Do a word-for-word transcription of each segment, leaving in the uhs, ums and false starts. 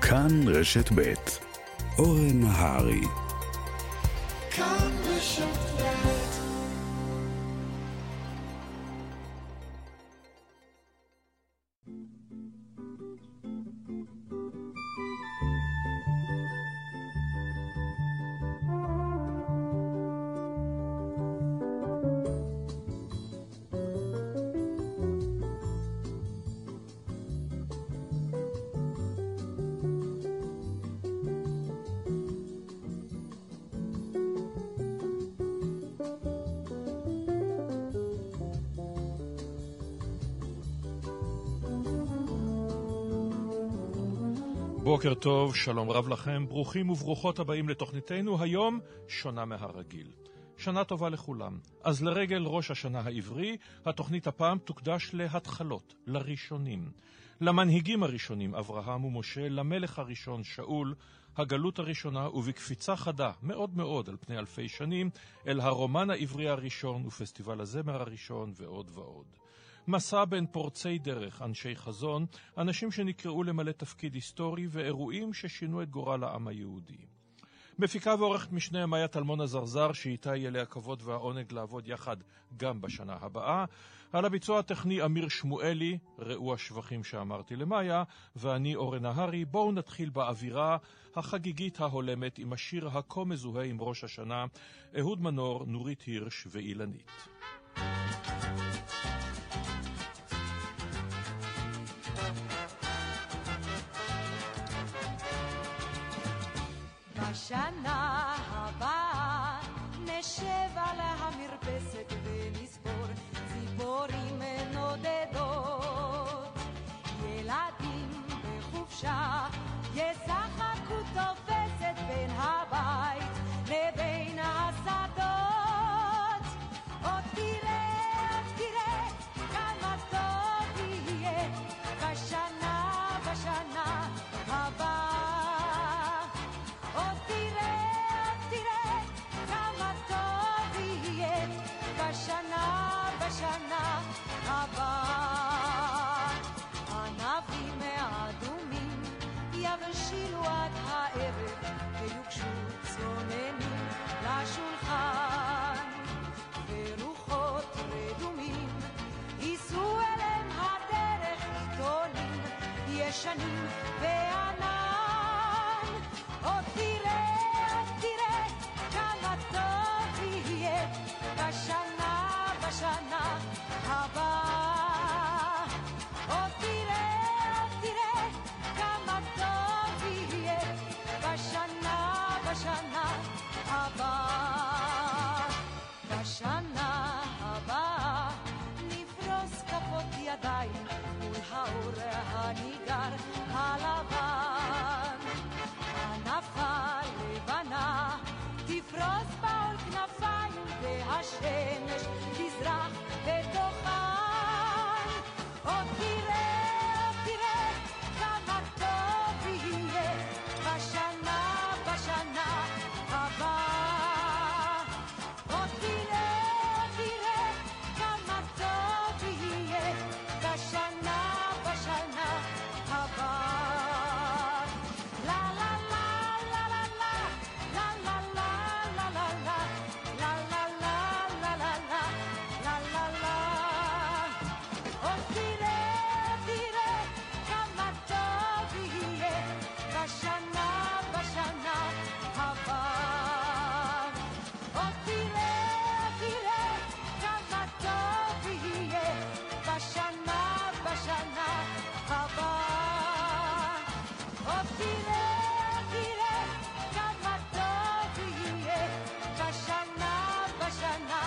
כאן רשת ב' אורן נהרי. כאן רשת ב'. בוקר טוב, שלום רב לכם, ברוכים וברוכות הבאים לתוכניתנו. היום שונה מהרגיל. שנה טובה לכולם. אז לרגל ראש השנה העברי, התוכנית הפעם תוקדש להתחלות, לראשונים. למנהיגים הראשונים, אברהם ומשה, למלך הראשון, שאול, הגלות הראשונה, ובקפיצה חדה, מאוד מאוד על פני אלפי שנים, אל הרומן העברי הראשון ופסטיבל הזמר הראשון ועוד ועוד. מסע בין פורצי דרך, אנשי חזון, אנשים שנקראו למלא תפקיד היסטורי ואירועים ששינו את גורל העם היהודי. מפיקה ועורכת משנה מאיה טלמון הזרזר, שאיתה יהיה לי הכבוד והעונג לעבוד יחד גם בשנה הבאה. על הביצוע הטכני אמיר שמואלי, ראו השבחים שאמרתי למאיה, ואני אורן נהרי. בואו נתחיל באווירה החגיגית ההולמת עם השיר הכה מזוהה עם ראש השנה, אהוד מנור, נורית הירש ואילנית. בשנה הבאה נשב על המרפסת ונספור ציפורים נודדות, ילדים בחופשה ישחקו תופסת בין הבית לבין השדות. עוד תראה, עוד תראה כמה טוב יהיה בשנה, בשנה הבאה. בשנה הבאה ענבים האדומים יבשילו עד הערב ויוגשו צוננים לשולחן, ורוחות רדומים ייסעו אליהם הדרך עיתונים ישנים וענן. עוד תראה, עוד תראה כמה טוב יהיה בשנה, בשנה הבאה. עוד תראה, עוד תראה כמה טוב יהיה בשנה, בשנה הבאה. בשנה הבאה נפרוס כפות ידיים מול האור הניגר הלבן. ענפה לבנה תפרוס בעול כנפיים והשמש תזרח בתוכן. עוד תראה, עוד תראה כמה טוב יהיה בשנה, בשנה הבאה. עוד תראה, עוד תראה כמה טוב יהיה בשנה, בשנה הבאה. לה לה לה לה לה לה לה לה לה לה לה לה לה לה לה לה. עוד תראה, תראה כמה טוב יהיה בשנה, בשנה הבאה. עוד תראה, תראה כמה טוב יהיה בשנה, בשנה הבאה. עוד תראה, תראה כמה טוב יהיה בשנה, בשנה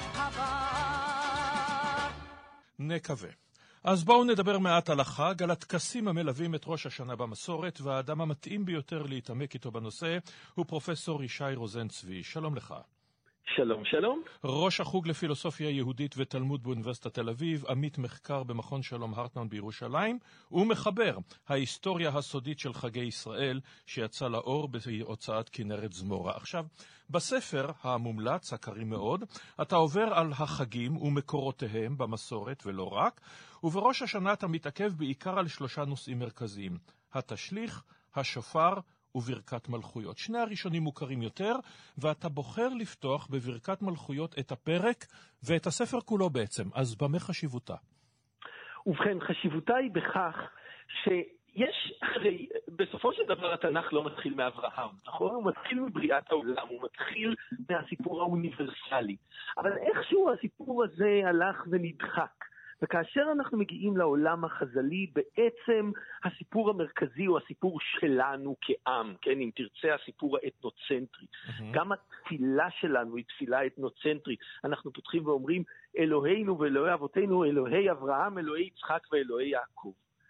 הבאה. נקווה. אז בואו נדבר מעט על החג, על הטקסים המלווים את ראש השנה במסורת, והאדם המתאים ביותר להתעמק איתו בנושא הוא פרופסור ישי רוזן צבי. שלום לך. שלום, שלום. ראש החוג לפילוסופיה יהודית ותלמוד באוניברסיטת תל אביב, עמית מחקר במכון שלום הרטמן בירושלים, ומחבר ההיסטוריה הסודית של חגי ישראל שיצא לאור בהוצאת כנרת זמורה. עכשיו, בספר המומלץ, הקריא מאוד, אתה עובר על החגים ומקורותיהם במסורת ולא רק, ובראש השנה אתה מתעכב בעיקר על שלושה נושאים מרכזיים. התשליך, השופר וברכת מלכויות. שני הראשונים מוכרים יותר, ואתה בוחר לפתוח בברכת מלכויות את הפרק ואת הספר כולו בעצם. אז במה חשיבותה? ובכן, חשיבותה היא בכך שיש, הרי בסופו של דבר התנ"ך לא מתחיל מאברהם, נכון? הוא מתחיל מבריאת העולם, הוא מתחיל מהסיפור האוניברסלי. אבל איכשהו הסיפור הזה הלך ונדחק. וכאשר אנחנו מגיעים לעולם החז"לי, בעצם הסיפור המרכזי הוא הסיפור שלנו כעם, כן? אם תרצה, הסיפור האתנוצנטרי. Mm-hmm. גם התפילה שלנו היא תפילה אתנוצנטרית. אנחנו פותחים ואומרים, אלוהינו ואלוהי אבותינו, אלוהי אברהם, אלוהי יצחק ואלוהי יעקב.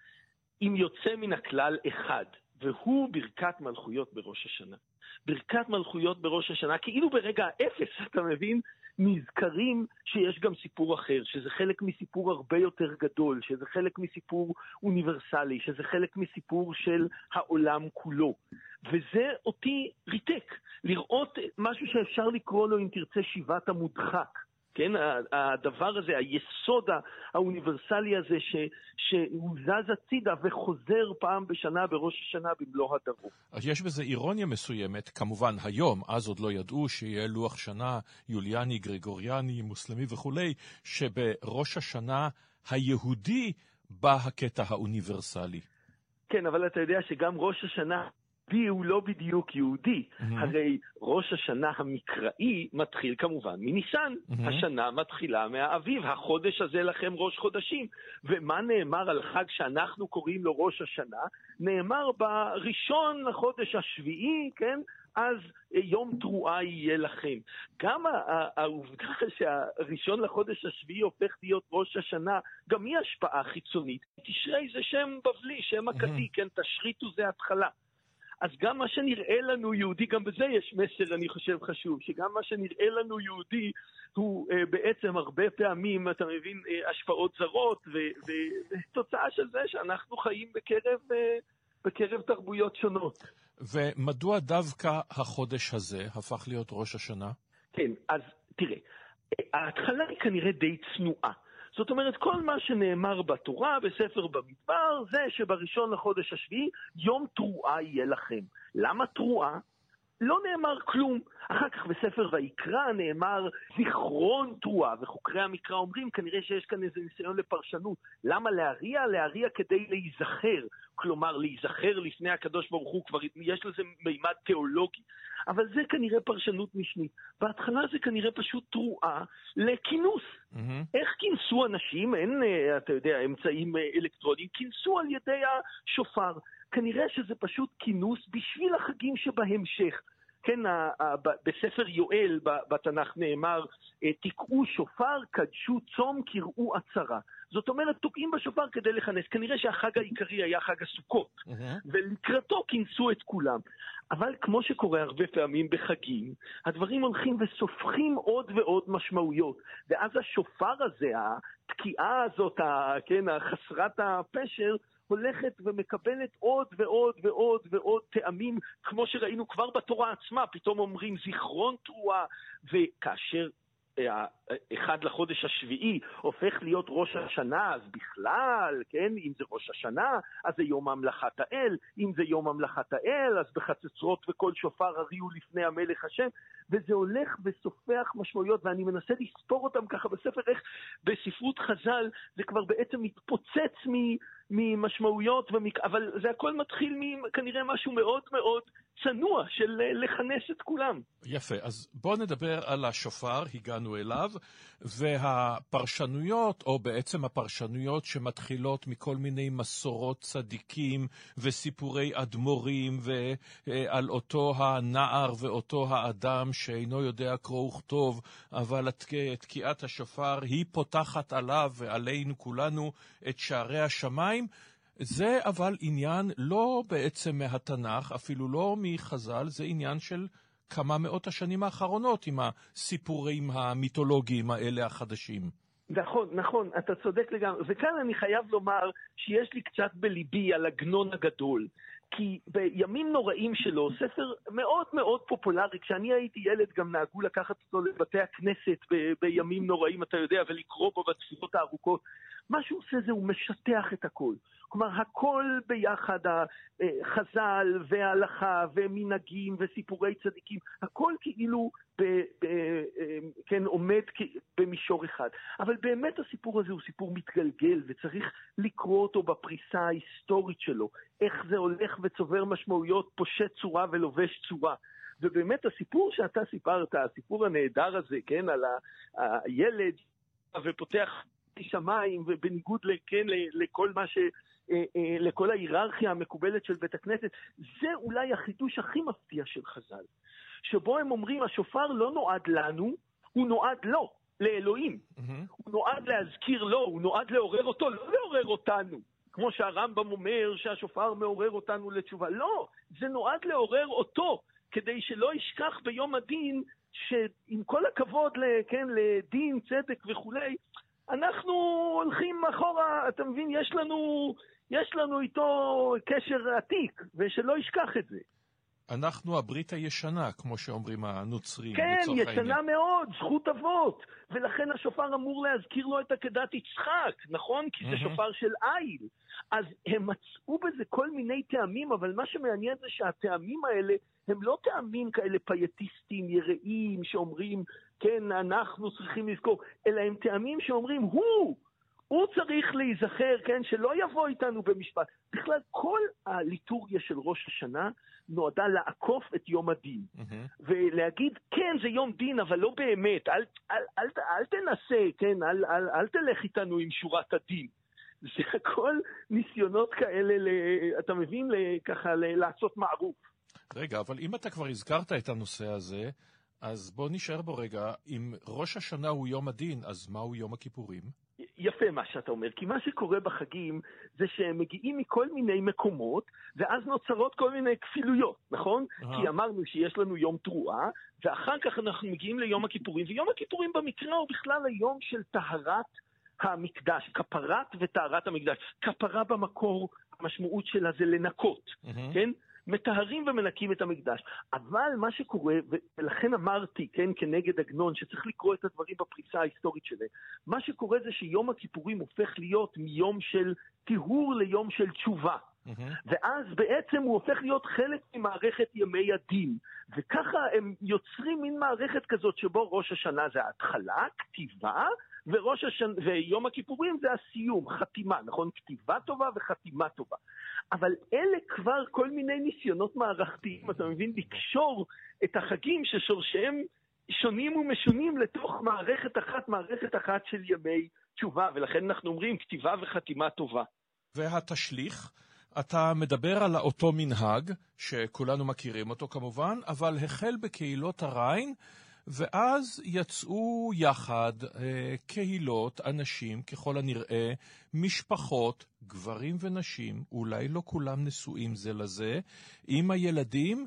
אם יוצא מן הכלל אחד, והוא ברכת מלכויות בראש השנה. ברכת מלכויות בראש השנה, כאילו ברגע האפס, אתה מבין? נזכרים שיש גם סיפור אחר, שזה חלק מסיפור הרבה יותר גדול, שזה חלק מסיפור אוניברסלי, שזה חלק מסיפור של העולם כולו. וזה אותי ריתק, לראות משהו שאפשר לקרוא לו, אם תרצה, שיבת המודחק. כן, הדבר הזה, היסוד האוניברסלי הזה ש, שהוא זז הצידה וחוזר פעם בשנה בראש השנה במלוא הדרו. אז יש בזה אירוניה מסוימת, כמובן היום, אז עוד לא ידעו שיהיה לוח שנה יוליאני, גרגוריאני, מוסלמי וכולי, שבראש השנה היהודי בא הקטע האוניברסלי. כן, אבל אתה יודע שגם ראש השנה יהודי הוא לא בדיוק יהודי. Mm-hmm. הרי ראש השנה המקראי מתחיל כמובן מניסן. Mm-hmm. השנה מתחילה מהאביב. החודש הזה לכם ראש חודשים. ומה נאמר על חג שאנחנו קוראים לו ראש השנה? נאמר בראשון לחודש השביעי, כן? אז יום תרועה יהיה לכם. גם העובדה שהראשון לחודש השביעי הופך להיות ראש השנה, גם היא השפעה חיצונית. תשרי זה שם בבלי, שם אכדי, כן? תשריתו זה התחלה. אז גם מה שנראה לנו יהודי, גם בזה יש מסר, אני חושב, חשוב, שגם מה שנראה לנו יהודי הוא אה, בעצם הרבה פעמים, אתה מבין, אה, השפעות זרות, ותוצאה של זה שאנחנו חיים בקרב, אה, בקרב תרבויות שונות. ומדוע דווקא החודש הזה הפך להיות ראש השנה? כן, אז תראה, ההתחלה היא כנראה די צנועה. זאת אומרת, כל מה שנאמר בתורה, בספר במדבר, זה שבראשון לחודש השביעי, יום תרועה יהיה לכם. למה תרועה? לא נאמר כלום. אחר כך בספר ויקרא נאמר זיכרון תרועה, וחוקרי המקרא אומרים, כנראה שיש כאן איזה ניסיון לפרשנות. למה להריע? להריע כדי להיזכר. כלומר, להיזכר לפני הקדוש ברוך הוא, כבר יש לזה מימד תיאולוגי. אבל זה כנראה פרשנות משנית. בהתחלה זה כנראה פשוט תרועה לכינוס. Mm-hmm. איך כינסו אנשים? אין, אתה יודע, אמצעים אלקטרוניים. כינסו על ידי השופר. כנראה שזה פשוט כינוס בשביל החגים שבהמשך. כן, בספר יואל בתנ"ך נאמר, תקעו שופר, קדשו צום, קראו עצרה. זאת אומרת, תוקעים בשופר כדי לכנס. כנראה שהחג העיקרי היה חג הסוכות, mm-hmm. ולקראתו כינסו את כולם. אבל כמו שקורה הרבה פעמים בחגים, הדברים הולכים וסופחים עוד ועוד משמעויות. ואז השופר הזה, התקיעה הזאת, כן, חסרת הפשר, הולכת ומקבלת עוד ועוד ועוד ועוד טעמים, כמו שראינו כבר בתורה עצמה, פתאום אומרים זיכרון תרועה, וכאשר אחד לחודש השביעי הופך להיות ראש השנה, אז בכלל, כן, אם זה ראש השנה, אז זה יום ממלכת האל, אם זה יום ממלכת האל, אז בחצוצרות וכל שופר הריעו לפני המלך השם, וזה הולך וסופח משמעויות, ואני מנסה לספור אותם ככה בספר, איך בספרות חז"ל זה כבר בעצם מתפוצץ ממשמעויות, אבל זה הכל מתחיל מכנראה משהו מאוד מאוד צנוע של לכנס את כולם. יפה, אז בואו נדבר על השופר, הגענו אליו, והפרשנויות, או בעצם הפרשנויות שמתחילות מכל מיני מסורות צדיקים וסיפורי אדמו"רים, ועל אותו הנער ואותו האדם שאינו יודע קרוא וכתוב, אבל תקיעת השופר היא פותחת עליו ועלינו כולנו את שערי השמיים. זה אבל עניין לא בעצם מהתנ"ך, אפילו לא מחז"ל, זה עניין של כמה מאות השנים האחרונות עם הסיפורים המיתולוגיים האלה החדשים. נכון, נכון, אתה צודק לגמרי. וכאן אני חייב לומר שיש לי קצת בליבי על עגנון הגדול. כי בימים נוראים שלו, ספר מאוד מאוד פופולרי, כשאני הייתי ילד גם נהגו לקחת אותו לבתי הכנסת ב- בימים נוראים, אתה יודע, ולקרוא בו בתפילות הארוכות. מה שהוא עושה זה, הוא משטח את הכל. כלומר, הכל ביחד, חז"ל וההלכה ומנהגים וסיפורי צדיקים, הכל כאילו ב, ב, כן, עומד במישור אחד. אבל באמת הסיפור הזה הוא סיפור מתגלגל, וצריך לקרוא אותו בפריסה ההיסטורית שלו, איך זה הולך וצובר משמעויות, פושט צורה ולובש צורה. ובאמת הסיפור שאתה סיפרת, הסיפור הנהדר הזה, כן, על הילד ופותח שמיים, ובניגוד לכן, לכל מה ש... לכל ההיררכיה המקובלת של בית הכנסת, זה אולי החידוש הכי מפתיע של חז"ל, שבו הם אומרים, השופר לא נועד לנו, הוא נועד לו, לאלוהים. Mm-hmm. הוא נועד להזכיר לו, הוא נועד לעורר אותו, לא לעורר אותנו. כמו שהרמב"ם אומר שהשופר מעורר אותנו לתשובה. לא, זה נועד לעורר אותו, כדי שלא ישכח ביום הדין, שעם כל הכבוד כן, לדין, צדק וכולי, אנחנו הולכים אחורה, אתה מבין, יש לנו, יש לנו איתו קשר עתיק, ושלא ישכח את זה. אנחנו הברית הישנה, כמו שאומרים הנוצרים. כן, ישנה מאוד, זכות אבות, ולכן השופר אמור להזכיר לו את עקדת יצחק, נכון? כי זה שופר של איל. אז הם מצאו בזה כל מיני טעמים, אבל מה שמעניין זה שהטעמים האלה הם לא טעמים כאלה פייטיסטים, יראים, שאומרים, כן, אנחנו צריכים לזכור, אלא הם טעמים שאומרים, הוא, הוא צריך להיזכר, כן, שלא יבוא איתנו במשפט. בכלל, כל הליטורגיה של ראש השנה נועדה לעקוף את יום הדין. Mm-hmm. ולהגיד, כן, זה יום דין, אבל לא באמת, אל, אל, אל, אל, אל תנסה, כן, אל, אל, אל תלך איתנו עם שורת הדין. זה הכל ניסיונות כאלה, ל, אתה מבין, ככה, לעשות מערוף. רגע, אבל אם אתה כבר הזכרת את הנושא הזה, אז בוא נשאר בו רגע. אם ראש השנה הוא יום הדין, אז מהו יום הכיפורים? יפה מה שאתה אומר, כי מה שקורה בחגים זה שהם מגיעים מכל מיני מקומות, ואז נוצרות כל מיני כפילויות, נכון? Uh-huh. כי אמרנו שיש לנו יום תרועה, ואחר כך אנחנו מגיעים ליום הכיפורים, ויום הכיפורים במקרה הוא בכלל היום של טהרת המקדש, כפרת וטהרת המקדש. כפרה במקור, המשמעות שלה זה לנקות, uh-huh. כן? מטהרים ומנקים את המקדש. אבל מה שקורה, ולכן אמרתי, כן, כנגד עגנון, שצריך לקרוא את הדברים בפריסה ההיסטורית שלהם, מה שקורה זה שיום הכיפורים הופך להיות מיום של טיהור ליום של תשובה. Mm-hmm. ואז בעצם הוא הופך להיות חלק ממערכת ימי הדין. וככה הם יוצרים מין מערכת כזאת שבו ראש השנה זה ההתחלה, כתיבה, וראש השנה, ויום הכיפורים זה הסיום, חתימה, נכון? כתיבה טובה וחתימה טובה. אבל אלה כבר כל מיני ניסיונות מערכתיים, אתה מבין, לקשור את החגים ששורשיהם שונים ומשונים לתוך מערכת אחת, מערכת אחת של ימי תשובה, ולכן אנחנו אומרים כתיבה וחתימה טובה. והתשליך, אתה מדבר על אותו מנהג, שכולנו מכירים אותו כמובן, אבל החל בקהילות הריין, ואז יצאו יחד אה, קהילות, אנשים, ככל הנראה, משפחות, גברים ונשים, אולי לא כולם נשואים זה לזה, עם הילדים,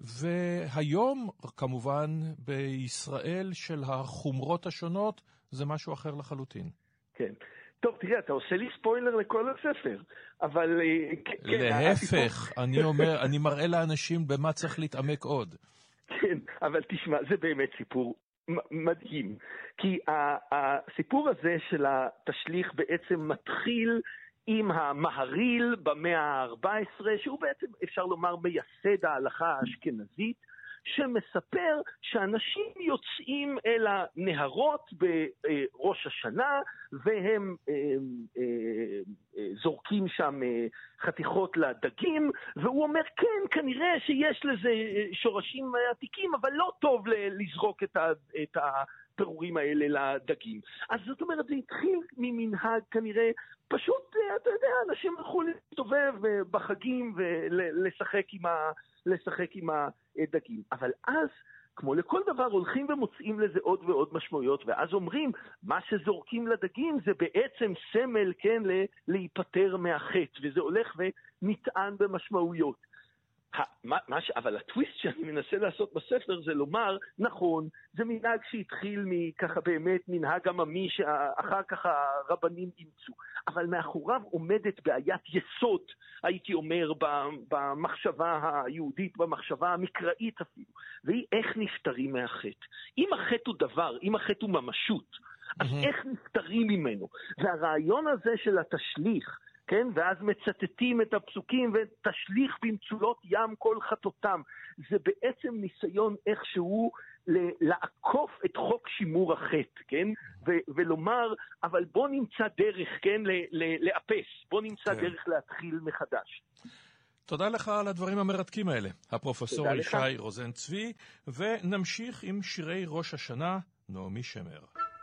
והיום, כמובן, בישראל של החומרות השונות, זה משהו אחר לחלוטין. כן. טוב, תראה, אתה עושה לי ספוילר לכל הספר, אבל... להפך, אני אומר, אני מראה לאנשים במה צריך להתעמק עוד. כן, אבל תשמע, זה באמת סיפור מדהים, כי הסיפור הזה של התשליך בעצם מתחיל עם המהריל במאה ה-ארבע עשרה, שהוא בעצם, אפשר לומר, מייסד ההלכה האשכנזית, שמספר שאנשים יוצאים אל הנהרות בראש השנה, והם זורקים שם חתיכות לדגים, והוא אומר, כן, כנראה שיש לזה שורשים עתיקים, אבל לא טוב לזרוק את הפירורים האלה לדגים. אז זאת אומרת, זה התחיל ממנהג כנראה, פשוט, אתה יודע, אנשים הלכו להסתובב בחגים ולשחק עם ה... לשחק עם הדגים. אבל אז, כמו לכל דבר, הולכים ומוצאים לזה עוד ועוד משמעויות, ואז אומרים, מה שזורקים לדגים זה בעצם סמל, כן, להיפטר מהחטא, וזה הולך ונטען במשמעויות. מה, מה ש... אבל הטוויסט שאני מנסה לעשות בספר זה לומר, נכון, זה מנהג שהתחיל מככה באמת מנהג עממי שאחר כך הרבנים אימצו, אבל מאחוריו עומדת בעיית יסוד, הייתי אומר, במחשבה היהודית, במחשבה המקראית אפילו, והיא איך נפטרים מהחטא. אם החטא הוא דבר, אם החטא הוא ממשות, אז איך נפטרים ממנו? והרעיון הזה של התשליך, כן? ואז מצטטים את הפסוקים ותשליך במצולות ים כל חטאותם. זה בעצם ניסיון איכשהו לעקוף את חוק שימור החטא, כן? ו- ולומר, אבל בוא נמצא דרך, כן? לאפס, בוא נמצא כן. דרך להתחיל מחדש. תודה לך על הדברים המרתקים האלה, הפרופסור ישי רוזן צבי, ונמשיך עם שירי ראש השנה, נעמי שמר.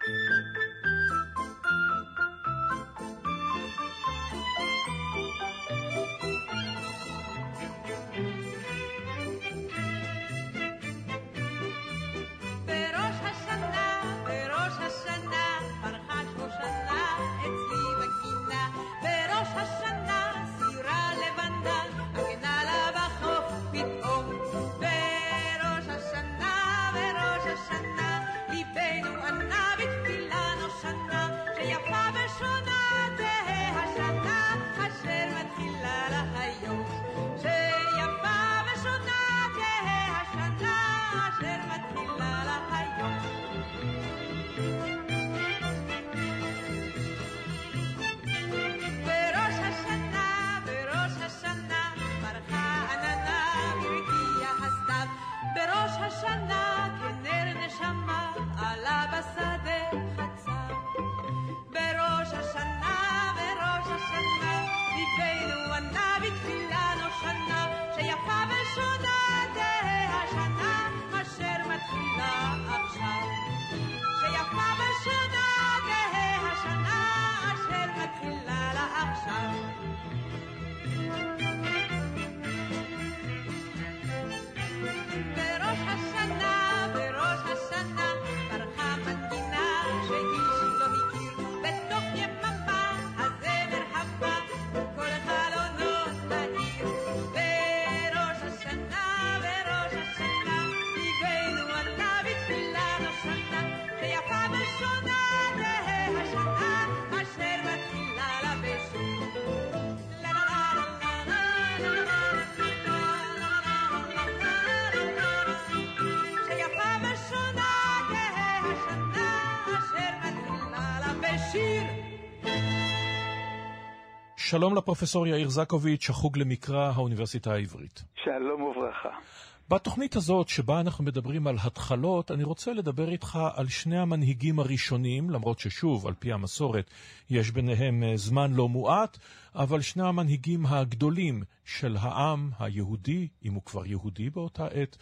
שלום לפרופסור יאיר זקוביץ', החוג למקרא האוניברסיטה העברית. שלום וברכה. בתוכנית הזאת שבה אנחנו מדברים על התחלות, אני רוצה לדבר איתך על שני המנהיגים הראשונים, למרות ששוב, על פי המסורת, יש ביניהם זמן לא מועט, אבל שני המנהיגים הגדולים של העם היהודי, אם הוא כבר יהודי באותה עת,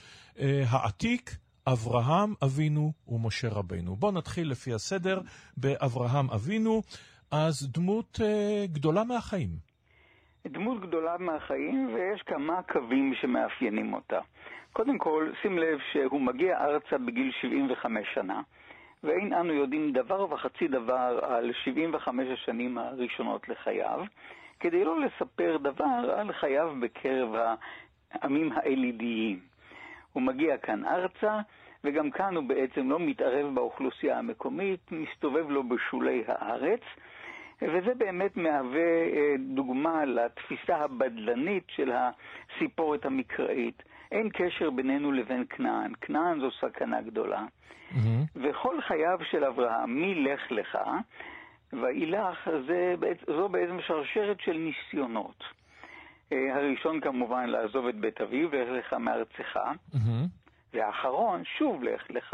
העתיק, אברהם אבינו ומשה רבינו. בואו נתחיל לפי הסדר באברהם אבינו. אז דמות אה, גדולה מהחיים. דמות גדולה מהחיים, ויש כמה קווים שמאפיינים אותה. קודם כל, שים לב שהוא מגיע ארצה בגיל שבעים וחמש שנה, ואין אנו יודעים דבר וחצי דבר על שבעים וחמש השנים הראשונות לחייו, כדי לא לספר דבר על חייו בקרב העמים האלידיים. הוא מגיע כאן ארצה, וגם כאן הוא בעצם לא מתערב באוכלוסייה המקומית, מסתובב לו בשולי הארץ, וזה באמת מהווה דוגמה לתפיסה הבדלנית של הסיפורת המקראית. אין קשר בינינו לבין כנען. כנען זו סכנה גדולה. Mm-hmm. וכל חייו של אברהם, מי לך לך, ואילך, זה, זו בעצם שרשרת של ניסיונות. הראשון כמובן לעזוב את בית אביו, לך לך מארצך. Mm-hmm. והאחרון, שוב לך לך.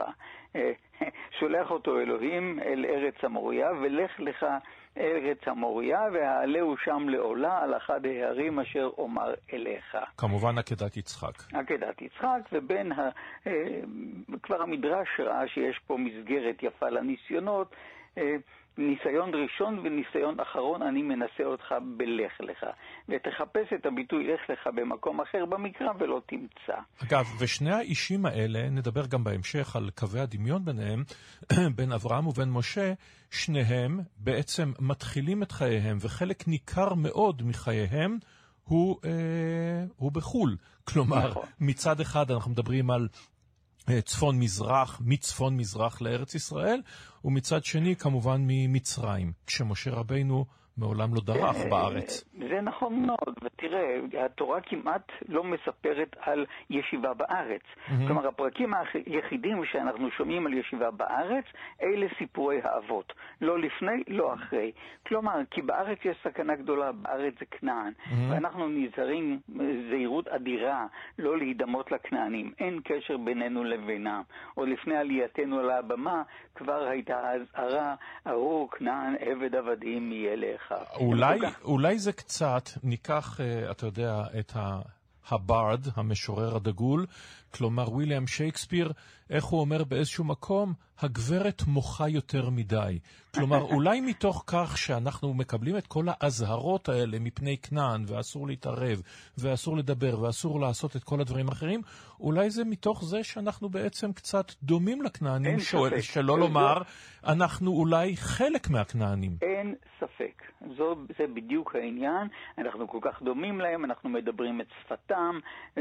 שולח אותו אלוהים אל ארץ המוריה, ולך לך ארץ המוריה, והעלהו שם לעולה על אחד ההרים אשר אומר אליך. כמובן עקדת יצחק. עקדת יצחק, ובין ה... כבר המדרש ראה שיש פה מסגרת יפה לניסיונות, ניסיון ראשון וניסיון אחרון, אני מנסה אותך בלך לך. ותחפש את הביטוי לך לך במקום אחר במקרא ולא תמצא. אגב, ושני האישים האלה, נדבר גם בהמשך על קווי הדמיון ביניהם, בין אברהם ובין משה, שניהם בעצם מתחילים את חייהם, וחלק ניכר מאוד מחייהם הוא, אה, הוא בחול. כלומר, נכון. מצד אחד אנחנו מדברים על צפון מזרח, מצפון מזרח לארץ ישראל, ומצד שני כמובן ממצרים, כשמשה רבינו מעולם לא דרך בארץ. זה נכון מאוד, ותראה, התורה כמעט לא מספרת על ישיבה בארץ. כלומר, הפרקים היחידים שאנחנו שומעים על ישיבה בארץ, אלה סיפורי האבות. לא לפני, לא אחרי. כלומר, כי בארץ יש סכנה גדולה, בארץ זה כנען, ואנחנו נזהרים זהירות אדירה לא להידמות לכנענים. אין קשר בינינו לבינם. עוד לפני עלייתנו על הבמה, כבר הייתה הזהרה, ארור כנען עבד עבדים יהיה לך. אולי, אולי זה קצת, ניקח, אתה יודע, את הברד, המשורר הדגול, כלומר וויליאם שייקספיר, איך הוא אומר באיזשהו מקום, הגברת מוחה יותר מדי. כלומר, אולי מתוך כך שאנחנו מקבלים את כל ההזהרות האלה מפני כנען, ואסור להתערב, ואסור לדבר, ואסור לעשות את כל הדברים האחרים, אולי זה מתוך זה שאנחנו בעצם קצת דומים לכנענים, שואל, שלא לומר, אנחנו אולי חלק מהכנענים. אין ספק. זו, זה בדיוק העניין. אנחנו כל כך דומים להם, אנחנו מדברים את שפתם,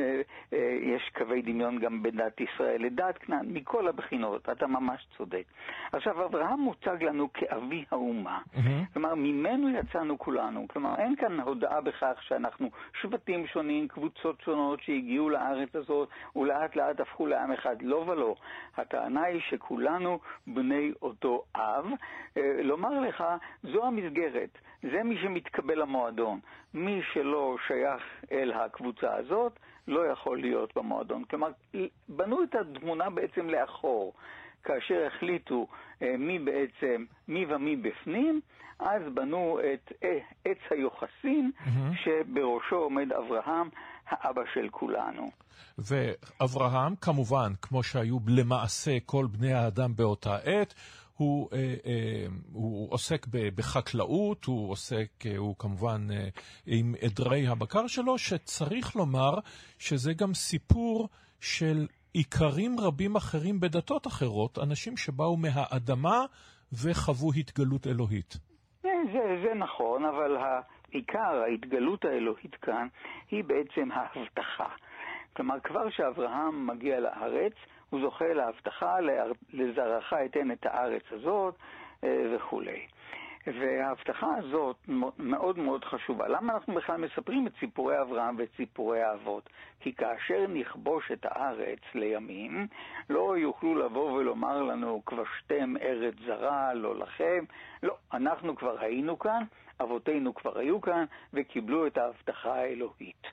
יש קווי דמיון גם בדת ישראל לדת כנען, מכל הבחינות. אתה ממש צודק. עכשיו, אברהם מוצג לנו כאבי האומה. כלומר, ממנו יצאנו כולנו. כלומר, אין כאן הודעה בכך שאנחנו שבטים שונים, קבוצות שונות שהגיעו לארץ הזאת, ולאט לאט הפכו לעם אחד. לא ולא. הטענה היא שכולנו בני אותו אב. לומר לך, זו המסגרת. זה מי שמתקבל למועדון. מי שלא שייך אל הקבוצה הזאת, לא יכול להיות במועדון. כלומר, בנו את התמונה בעצם לאחור. כאשר החליטו אה, מי בעצם, מי ומי בפנים, אז בנו את אה, עץ היוחסין, mm-hmm. שבראשו עומד אברהם, האבא של כולנו. ואברהם, כמובן, כמו שהיו למעשה כל בני האדם באותה עת, הוא, אה, אה, הוא עוסק בחקלאות, הוא עוסק, אה, הוא כמובן אה, עם עדרי הבקר שלו, שצריך לומר שזה גם סיפור של עיקרים רבים אחרים בדתות אחרות, אנשים שבאו מהאדמה וחוו התגלות אלוהית. זה, זה נכון, אבל העיקר, ההתגלות האלוהית כאן, היא בעצם ההבטחה. כלומר, כבר שאברהם מגיע לארץ, הוא זוכה להבטחה, לזרעך אתן את הארץ הזאת וכו'. וההבטחה הזאת מאוד מאוד חשובה. למה אנחנו בכלל מספרים את סיפורי אברהם ואת סיפורי האבות? כי כאשר נכבוש את הארץ לימים, לא יוכלו לבוא ולומר לנו, כבשתם ארץ זרה, לא לכם. לא, אנחנו כבר היינו כאן, אבותינו כבר היו כאן, וקיבלו את ההבטחה האלוהית.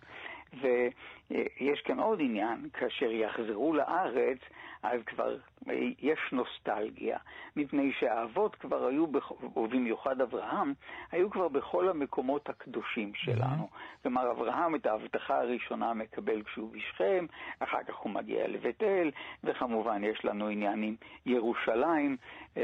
ויש כאן עוד עניין, כאשר יחזרו לארץ, אז כבר יש נוסטלגיה, מפני שהאבות כבר היו, ובמיוחד אברהם, היו כבר בכל המקומות הקדושים שלנו. כלומר, אברהם את ההבטחה הראשונה מקבל כשהוא בשכם, אחר כך הוא מגיע לבית אל, וכמובן יש לנו עניין עם ירושלים,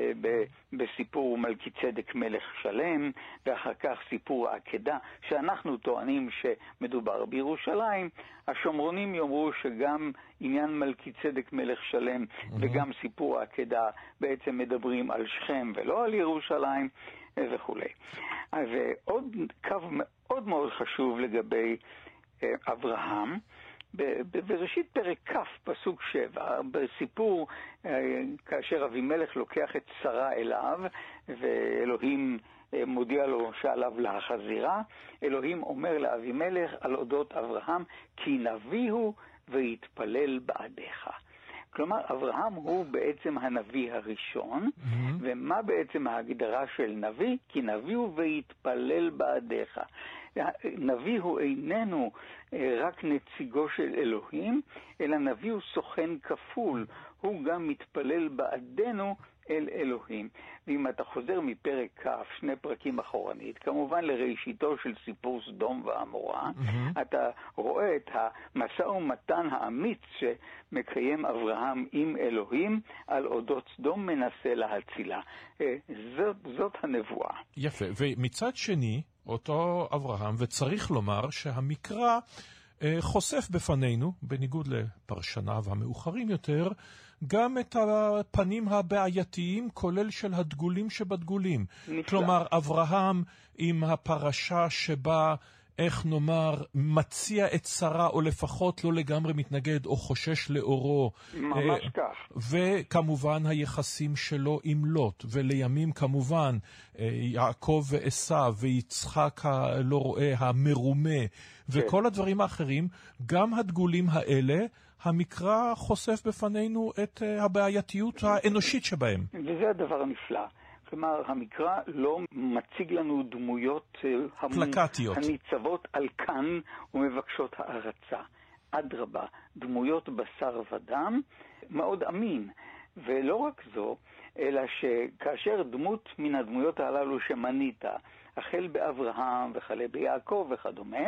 בסיפור מלכי צדק מלך שלם, ואחר כך סיפור העקדה, שאנחנו טוענים שמדובר בירושלים. השומרונים יאמרו שגם עניין מלכי צדק מלך שלם mm-hmm. וגם סיפור העקדה בעצם מדברים על שכם ולא על ירושלים וכו'. ועוד קו מאוד מאוד חשוב לגבי אברהם, בראשית פרק כף, פסוק שבע, בסיפור כאשר אבימלך לוקח את שרה אליו, ואלוהים מודיע לו שעליו להחזירה, אלוהים אומר לאבימלך על אודות אברהם, כי נביא הוא ויתפלל בעדיך. כלומר, אברהם הוא בעצם הנביא הראשון, mm-hmm. ומה בעצם ההגדרה של נביא? כי נביא הוא ויתפלל בעדיך. נביא הוא איננו רק נציגו של אלוהים, אלא נביא הוא סוכן כפול, הוא גם מתפלל בעדנו אל אלוהים. ואם אתה חוזר מפרק כף, שני פרקים אחורנית, כמובן לראשיתו של סיפור סדום ועמורה, mm-hmm. אתה רואה את המשא ומתן האמיץ שמקיים אברהם עם אלוהים על אודות סדום מנסה להצילה. זאת, זאת הנבואה. יפה, ומצד שני, אותו אברהם, וצריך לומר שהמקרא חושף בפנינו, בניגוד לפרשניו המאוחרים יותר, גם את הפנים הבעייתיים, כולל של הדגולים שבדגולים. נפלא. כלומר, אברהם עם הפרשה שבה איך נאמר, מציע את שרה, או לפחות לא לגמרי מתנגד, או חושש לאורו. ממש uh, כך. וכמובן היחסים שלו עם לוט, ולימים כמובן uh, יעקב ועשיו, ויצחק הלא רואה, המרומה, וכל הדברים האחרים, גם הדגולים האלה, המקרא חושף בפנינו את uh, הבעייתיות האנושית שבהם. וזה הדבר הנפלא. כלומר, המקרא לא מציג לנו דמויות פלקטיות. הניצבות על כאן ומבקשות הערצה. אדרבה, דמויות בשר ודם, מאוד אמין. ולא רק זו, אלא שכאשר דמות מן הדמויות הללו שמנית, החל באברהם וכלה ביעקב וכדומה,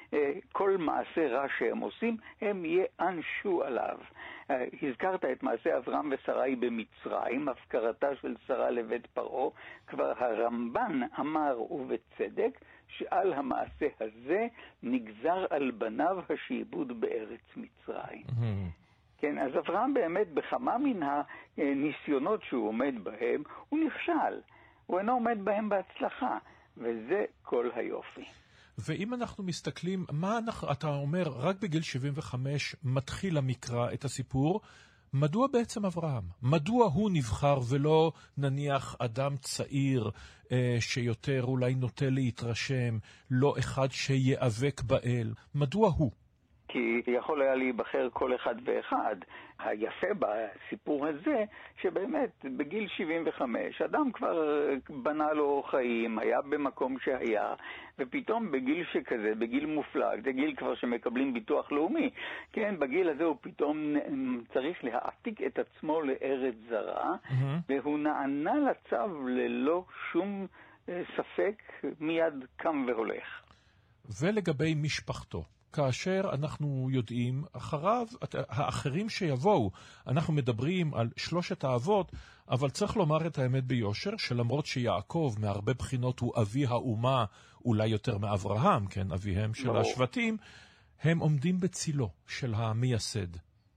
כל מעשה רע שהם עושים, הם יענשו עליו. הזכרת את מעשה אברהם ושרי במצרים, הפקרתה של שרה לבית פרעה. כבר הרמב"ן אמר ובצדק שעל המעשה הזה נגזר על בניו השעבוד בארץ מצרים. כן, אז אברהם באמת בכמה מן הניסיונות שהוא עומד בהם, הוא נכשל. הוא אינו עומד בהם בהצלחה, וזה כל היופי. ואם אנחנו מסתכלים, מה אנחנו, אתה אומר, רק בגיל שבעים וחמש מתחיל המקרא את הסיפור, מדוע בעצם אברהם? מדוע הוא נבחר ולא נניח אדם צעיר אה, שיותר אולי נוטה להתרשם, לא אחד שיאבק באל? מדוע הוא? כי יכול היה להיבחר כל אחד ואחד. היפה בסיפור הזה, שבאמת בגיל שבעים וחמש, אדם כבר בנה לו חיים, היה במקום שהיה, ופתאום בגיל שכזה, בגיל מופלג, זה גיל כבר שמקבלים ביטוח לאומי, כן, בגיל הזה הוא פתאום צריך להעתיק את עצמו לארץ זרה, mm-hmm. והוא נענה לצו ללא שום ספק, מיד קם והולך. ולגבי משפחתו, כאשר אנחנו יודעים, אחריו, האחרים שיבואו, אנחנו מדברים על שלושת האבות, אבל צריך לומר את האמת ביושר, שלמרות שיעקב מהרבה בחינות הוא אבי האומה, אולי יותר מאברהם, כן, אביהם של לא. השבטים, הם עומדים בצילו של המייסד.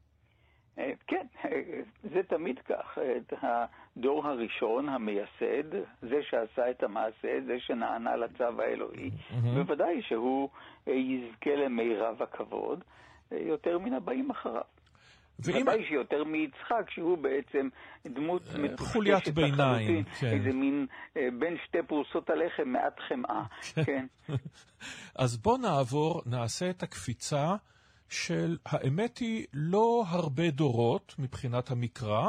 כן, זה תמיד כך. את הדור הראשון, המייסד, זה שעשה את המעשה, זה שנענה לצו האלוהי, mm-hmm. בוודאי שהוא יזכה למירב הכבוד יותר מן הבאים אחריו. ואם... ודאי שיותר מיצחק, שהוא בעצם דמות חוליית ביניים, כן. איזה מין בין שתי פרוסות הלחם, מעט חמאה. כן. אז בוא נעבור, נעשה את הקפיצה של, האמת היא, לא הרבה דורות מבחינת המקרא,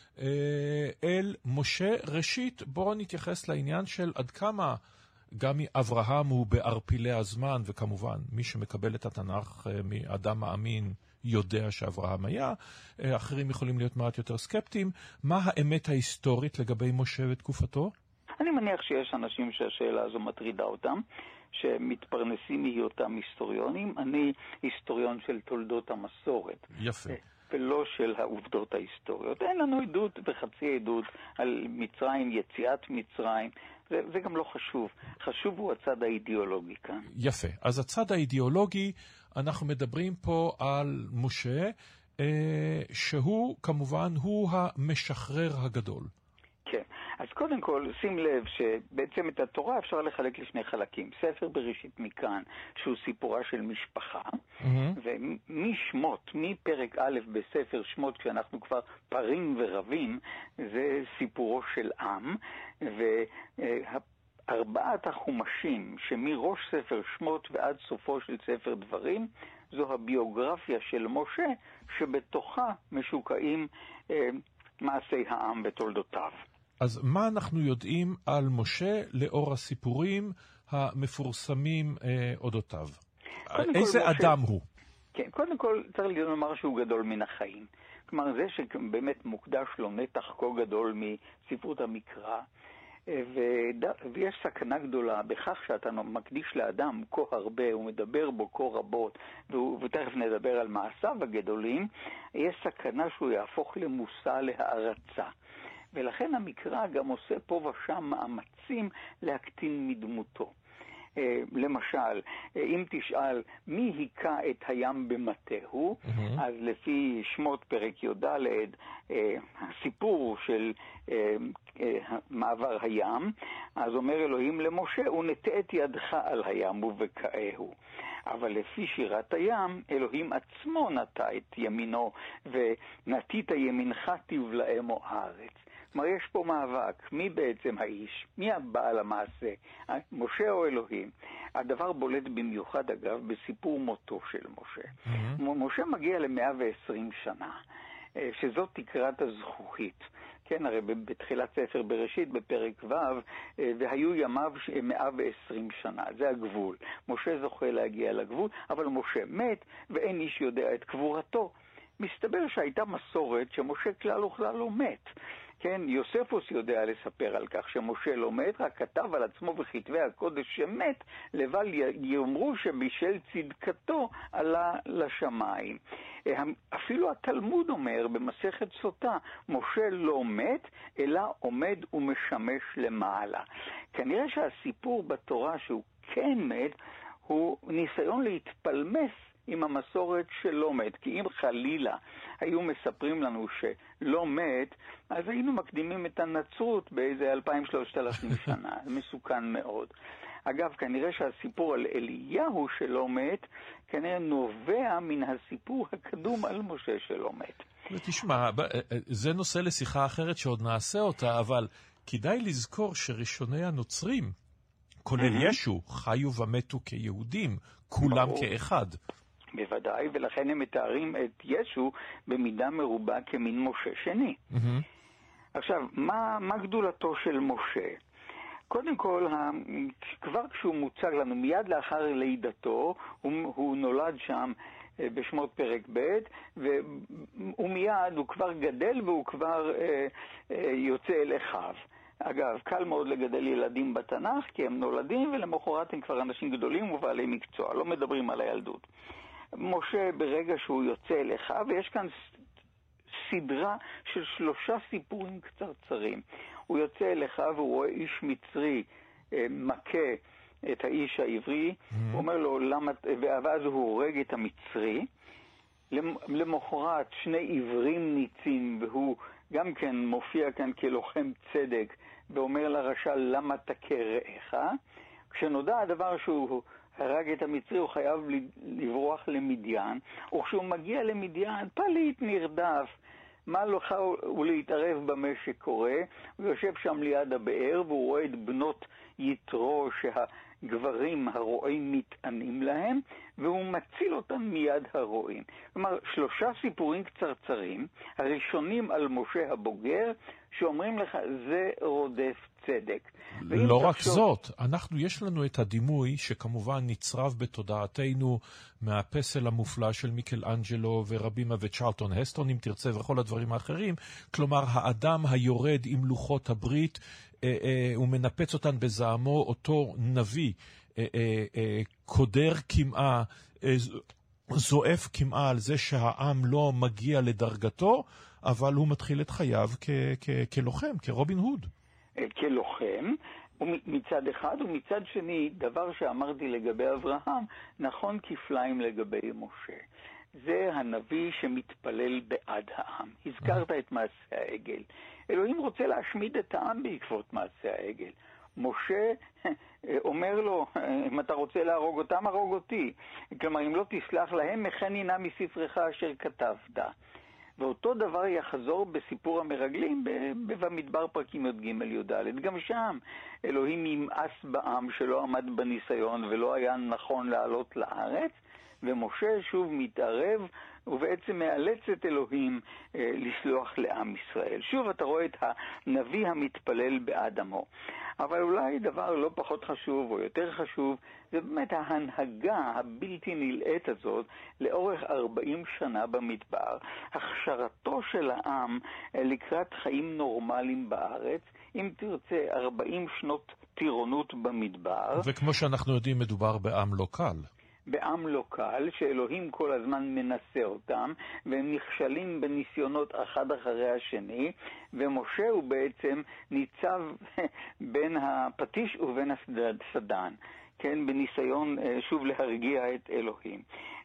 אל משה. ראשית, בואו נתייחס לעניין של עד כמה גם אברהם הוא בערפילי הזמן, וכמובן מי שמקבל את התנ"ך מאדם מאמין יודע שאברהם היה, אחרים יכולים להיות מעט יותר סקפטיים. מה האמת ההיסטורית לגבי משה ותקופתו? אני מניח שיש אנשים שהשאלה הזו מטרידה אותם, שמתפרנסים מהיותם היסטוריונים. אני היסטוריון של תולדות המסורת. יפה. ולא של העובדות ההיסטוריות. אין לנו עדות וחצי עדות על מצרים, יציאת מצרים. זה, זה גם לא חשוב. חשוב הוא הצד האידיאולוגי כאן. יפה. אז הצד האידיאולוגי, אנחנו מדברים פה על משה, אה, שהוא כמובן הוא המשחרר הגדול. כן. אז קודם כל, שים לב שבעצם את התורה אפשר לחלק לשני חלקים. ספר בראשית מכאן, שהוא סיפורה של משפחה, mm-hmm. ומשמות, מפרק א' בספר שמות, כשאנחנו כבר פרים ורבים, זה סיפורו של עם, וארבעת החומשים, שמראש ספר שמות ועד סופו של ספר דברים, זו הביוגרפיה של משה, שבתוכה משוקעים אה, מעשי העם ותולדותיו. אז מה אנחנו יודעים על משה לאור הסיפורים המפורסמים אה, אודותיו? איזה משה, אדם הוא? כן, קודם כל צריך לומר שהוא גדול מן החיים. כלומר, זה שבאמת מוקדש לו נתח כה גדול מספרות המקרא, וד... ויש סכנה גדולה בכך שאתה מקדיש לאדם כה הרבה, הוא מדבר בו כה רבות, והוא... ותכף נדבר על מעשיו הגדולים, יש סכנה שהוא יהפוך למושא להערצה. ולכן המקרא גם עושה פה ושם מאמצים להקטין מדמותו. למשל, אם תשאל מי היכה את הים במטהו, mm-hmm. אז לפי שמות פרק י"ד, הסיפור של מעבר הים, אז אומר אלוהים למשה, ונטה את ידך על הים ובקעהו. אבל לפי שירת הים, אלוהים עצמו נטה את ימינו, ונטית ימינך תבלעמו הארץ. כלומר, יש פה מאבק. מי בעצם האיש? מי הבעל המעשה? משה או אלוהים? הדבר בולט במיוחד, אגב, בסיפור מותו של משה. Mm-hmm. משה מגיע ל-מאה ועשרים שנה, שזאת תקרת הזכוכית. כן, הרי בתחילת ספר בראשית, בפרק ו', והיו ימיו מאה ועשרים שנה. זה הגבול. משה זוכה להגיע לגבול, אבל משה מת, ואין איש יודע את קבורתו. מסתבר שהייתה מסורת שמשה כלל וכלל לא מת. כן, יוספוס יודע לספר על כך שמשה לא מת, רק כתב על עצמו בכתבי הקודש שמת, לבל יאמרו שבשל צדקתו עלה לשמיים. אפילו התלמוד אומר במסכת סוטה, משה לא מת, אלא עומד ומשמש למעלה. כנראה שהסיפור בתורה שהוא כן מת, הוא ניסיון להתפלמס עם המסורת שלא מת, כי אם חלילה היו מספרים לנו שלא מת, אז היינו מקדימים את הנצרות באיזה אלפיים שלושת אלפים שנה. זה מסוכן מאוד. אגב, כנראה שהסיפור על אליהו שלא מת, כנראה נובע מן הסיפור הקדום על משה שלא מת. ותשמע, זה נושא לשיחה אחרת שעוד נעשה אותה, אבל כדאי לזכור שראשוני הנוצרים, כולל ישו, חיו ומתו כיהודים, כולם כאחד. בוודאי, ולכן הם מתארים את ישו במידה מרובה כמין משה שני. Mm-hmm. עכשיו, מה, מה גדולתו של משה? קודם כל, כבר כשהוא מוצג לנו, מיד לאחר לידתו, הוא, הוא נולד שם בשמות פרק ב', ומיד הוא כבר גדל והוא כבר אה, אה, יוצא אל אחיו. אגב, קל מאוד לגדל ילדים בתנ"ך, כי הם נולדים ולמחרת הם כבר אנשים גדולים ובעלי מקצוע, לא מדברים על הילדות. משה ברגע שהוא יוצא אליך, ויש כאן סדרה של שלושה סיפורים קצרצרים. הוא יוצא אליך והוא רואה איש מצרי מכה את האיש העברי, mm-hmm. הוא אומר לו, למה, ואז הוא הורג את המצרי. למחרת שני עברים ניצים, והוא גם כן מופיע כאן כלוחם צדק, ואומר לרשע, למה תכה רעך? כשנודע הדבר שהוא הרג את המצרי, הוא חייב לברוח למדיין, וכשהוא מגיע למדיין, פליט נרדף, מה לך הוא להתערב במה שקורה? הוא יושב שם ליד הבאר, והוא רואה את בנות יתרו שהגברים הרועים מתענים להם, והוא מציל אותם מיד הרועים. כלומר, שלושה סיפורים קצרצרים, הראשונים על משה הבוגר, שאומרים לך, זה רודף צדק. לא רק זאת, אנחנו, יש לנו את הדימוי שכמובן נצרב בתודעתנו מהפסל המופלא של מיקלאנג'לו ורבימה וצ'רלטון הסטון, אם תרצה, וכל הדברים האחרים. כלומר, האדם היורד עם לוחות הברית, אה, אה, הוא מנפץ אותן בזעמו, אותו נביא, אה, אה, אה, קודר כמעה, אה, זועף כמעה על זה שהעם לא מגיע לדרגתו, אבל הוא מתחיל את חייו כ- כ- כלוחם, כרובין הוד. כלוחם, מצד אחד, ומצד שני, דבר שאמרתי לגבי אברהם, נכון כפליים לגבי משה. זה הנביא שמתפלל בעד העם. הזכרת את מעשה העגל. אלוהים רוצה להשמיד את העם בעקבות מעשה העגל. משה אומר לו, אם אתה רוצה להרוג אותם, הרוג אותי. כלומר, אם לא תסלח להם, מכני נא מספרך אשר כתבת. ואותו דבר יחזור בסיפור המרגלים במדבר פרקים י"ג י"ד. גם שם אלוהים ימאס בעם שלא עמד בניסיון ולא היה נכון לעלות לארץ, ומשה שוב מתערב ובעצם מאלץ את אלוהים אה, לסלוח לעם ישראל. שוב אתה רואה את הנביא המתפלל בעד עמו. אבל אולי דבר לא פחות חשוב או יותר חשוב, זה באמת ההנהגה הבלתי נלאית הזאת לאורך ארבעים שנה במדבר, הכשרתו של העם אה, לקראת חיים נורמליים בארץ, אם תרצה ארבעים שנות טירונות במדבר. וכמו שאנחנו יודעים, מדובר בעם לא קל. בעם לא קל, שאלוהים כל הזמן מנסה אותם, והם נכשלים בניסיונות אחד אחרי השני, ומשה הוא בעצם ניצב בין הפטיש ובין הסדן. כן, בניסיון שוב להרגיע את אלוהים.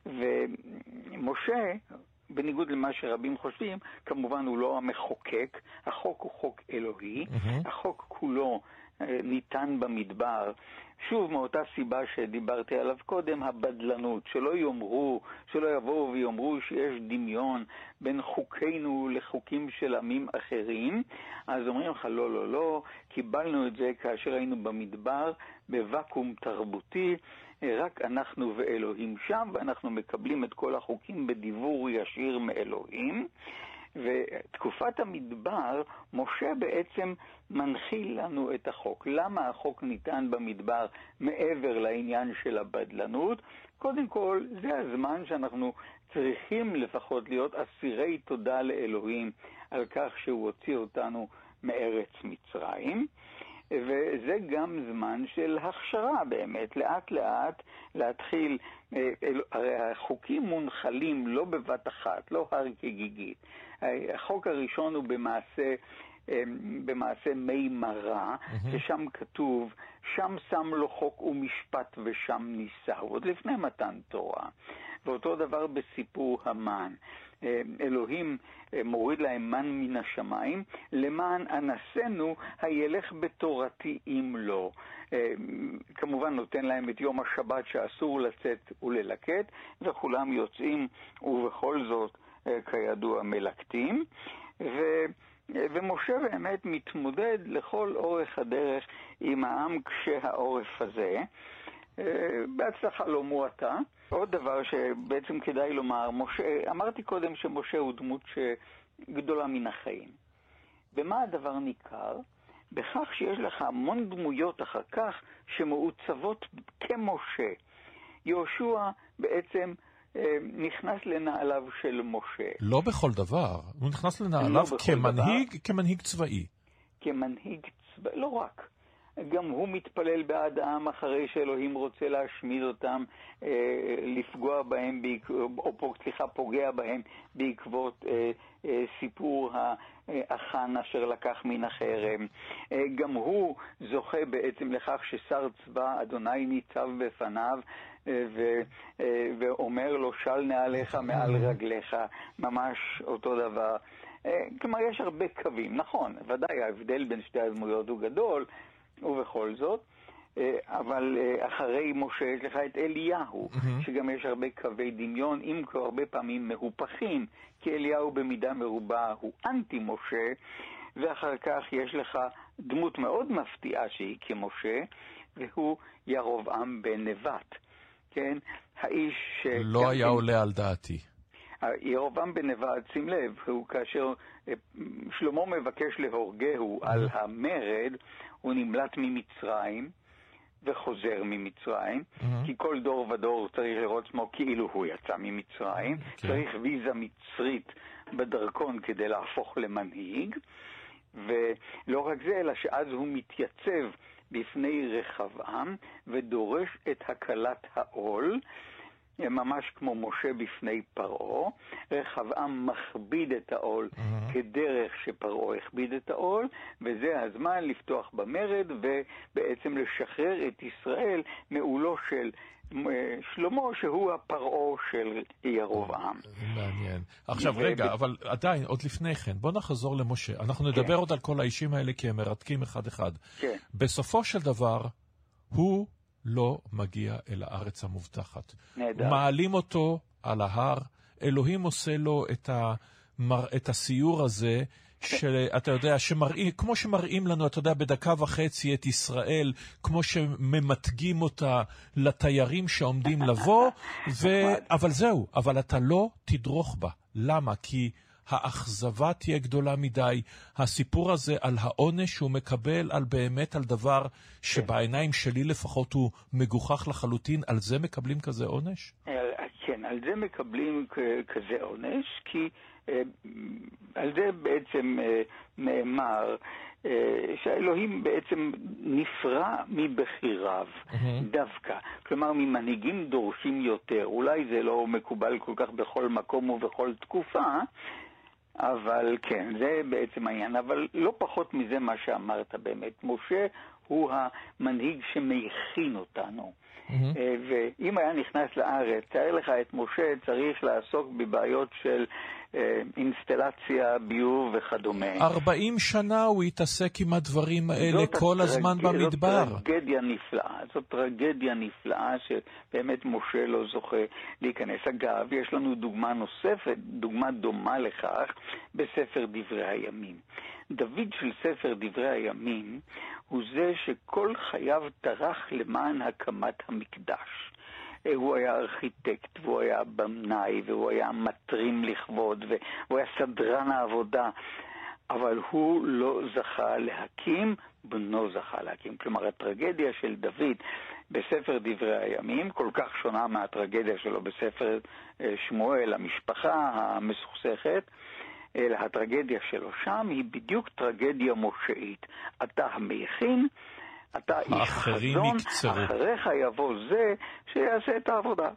ומשה, בניגוד למה שרבים חושבים, כמובן הוא לא המחוקק, החוק הוא חוק אלוהי, mm-hmm. החוק כולו ניתן במדבר, שוב מאותה סיבה שדיברתי עליו קודם, הבדלנות, שלא יאמרו, שלא יבואו ויאמרו שיש דמיון בין חוקינו לחוקים של עמים אחרים, אז אומרים לך לא, לא, לא, קיבלנו את זה כאשר היינו במדבר, בוואקום תרבותי, רק אנחנו ואלוהים שם, ואנחנו מקבלים את כל החוקים בדיבור ישיר מאלוהים. ותקופת המדבר, משה בעצם מנחיל לנו את החוק. למה החוק ניתן במדבר מעבר לעניין של הבדלנות? קודם כל, זה הזמן שאנחנו צריכים לפחות להיות אסירי תודה לאלוהים על כך שהוא הוציא אותנו מארץ מצרים. וזה גם זמן של הכשרה באמת, לאט לאט להתחיל, הרי החוקים מונחלים לא בבת אחת, לא הר כגיגית. החוק הראשון הוא במעשה, במעשה מי מרה, mm-hmm. ששם כתוב, שם שם לו חוק ומשפט ושם ניסה, עוד לפני מתן תורה. ואותו דבר בסיפור המן. אלוהים מוריד להם מן מן השמיים, למען אנסנו הילך בתורתי אם לא. כמובן נותן להם את יום השבת שאסור לצאת וללקט, וכולם יוצאים ובכל זאת כידוע מלקטים. ו... ומשה באמת מתמודד לכל אורך הדרך עם העם קשה העורף הזה, בהצלחה לא מועטה. עוד דבר שבעצם כדאי לומר, משה, אמרתי קודם שמשה הוא דמות גדולה מן החיים. במה הדבר ניכר? בכך שיש לך המון דמויות אחר כך שמעוצבות כמשה. יהושע בעצם נכנס לנעליו של משה. לא בכל דבר. הוא נכנס לנעליו לא כמנהיג, דבר. כמנהיג צבאי. כמנהיג צבאי, לא רק. גם הוא מתפלל בעד העם אחרי שאלוהים רוצה להשמיד אותם, אה, לפגוע בהם, בעק... או סליחה, פוגע בהם בעקבות אה, אה, סיפור האחן אשר לקח מן החרם. אה, גם הוא זוכה בעצם לכך ששר צבא אדוני ניצב בפניו, ו, ואומר לו של נעליך מעל רגליך, ממש אותו דבר. כלומר יש הרבה קווים, נכון, ודאי ההבדל בין שתי הדמויות הוא גדול, ובכל זאת, אבל אחרי משה יש לך את אליהו, שגם יש הרבה קווי דמיון, אם כבר הרבה פעמים מהופכים, כי אליהו במידה מרובה הוא אנטי משה, ואחר כך יש לך דמות מאוד מפתיעה שהיא כמשה, והוא ירבעם בן נבט. כן, האיש ש... לא היה עולה על דעתי. ירבעם בן נבט, שים לב, הוא כאשר שלמה מבקש להורגהו על המרד, הוא נמלט ממצרים וחוזר ממצרים, כי כל דור ודור צריך לראות עצמו כאילו הוא יצא ממצרים, צריך ויזה מצרית בדרכון כדי להפוך למנהיג, ולא רק זה, אלא שאז הוא מתייצב בפני רחבעם ודורש את הקלת העול, ממש כמו משה בפני פרעה. רחבעם מכביד את העול mm-hmm. כדרך שפרעה הכביד את העול, וזה הזמן לפתוח במרד ובעצם לשחרר את ישראל מעולו של שלמה, שהוא הפרעה של ירבעם. מעניין. עכשיו רגע, אבל עדיין, עוד לפני כן, בוא נחזור למשה. אנחנו נדבר עוד על כל האישים האלה כי הם מרתקים אחד אחד. בסופו של דבר, הוא לא מגיע אל הארץ המובטחת. מעלים אותו על ההר, אלוהים עושה לו את הסיור הזה, שאתה יודע, שמראים, כמו שמראים לנו, אתה יודע, בדקה וחצי את ישראל, כמו שממתגים אותה לתיירים שעומדים לבוא, ו... אבל זהו, אבל אתה לא תדרוך בה. למה? כי האכזבה תהיה גדולה מדי. הסיפור הזה על העונש שהוא מקבל על באמת על דבר שבעיניים שלי לפחות הוא מגוחך לחלוטין, על זה מקבלים כזה עונש? כן, על זה מקבלים כזה עונש, כי על זה בעצם נאמר שהאלוהים בעצם נפרע מבחיריו דווקא. כלומר, ממנהיגים דורשים יותר. אולי זה לא מקובל כל כך בכל מקום ובכל תקופה, אבל כן, זה בעצם העניין. אבל לא פחות מזה מה שאמרת באמת. משה הוא המנהיג שמכין אותנו. Mm-hmm. ואם היה נכנס לארץ, תאר לך את משה צריך לעסוק בבעיות של אינסטלציה, ביוב וכדומה. ארבעים שנה הוא התעסק עם הדברים האלה כל הטרג... הזמן במדבר. זאת טרגדיה נפלאה, זאת טרגדיה נפלאה שבאמת משה לא זוכה להיכנס. אגב, יש לנו דוגמה נוספת, דוגמה דומה לכך, בספר דברי הימים. דוד של ספר דברי הימים הוא זה שכל חייו טרח למען הקמת המקדש. הוא היה ארכיטקט, והוא היה במנאי, והוא היה מטרים לכבוד, והוא היה סדרן העבודה, אבל הוא לא זכה להקים, בנו זכה להקים. כלומר, הטרגדיה של דוד בספר דברי הימים כל כך שונה מהטרגדיה שלו בספר שמואל, המשפחה המסוכסכת, אלא הטרגדיה שלו שם היא בדיוק טרגדיה מושאית. אתה המכין, אתה איש חזון, אחריך יבוא זה שיעשה את העבודה.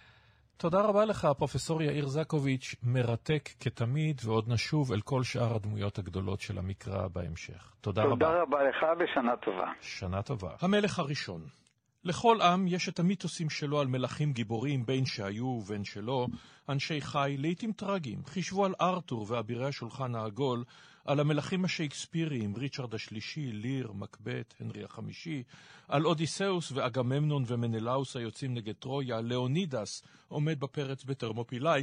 תודה רבה לך, פרופסור יאיר זקוביץ', מרתק כתמיד, ועוד נשוב אל כל שאר הדמויות הגדולות של המקרא בהמשך. תודה רבה. תודה רבה לך ושנה טובה. שנה טובה. המלך הראשון. לכל עם יש את המיתוסים שלו על מלכים גיבורים, בין שהיו ובין שלא, אנשי חי, לעתים טרגיים. חישבו על ארתור ואבירי השולחן העגול, על המלכים השייקספיריים, ריצ'רד השלישי, ליר, מקבט, הנרי החמישי, על אודיסאוס ואגממנון ומנלאוס היוצאים נגד טרויה, לאונידס עומד בפרץ בתרמופילאי,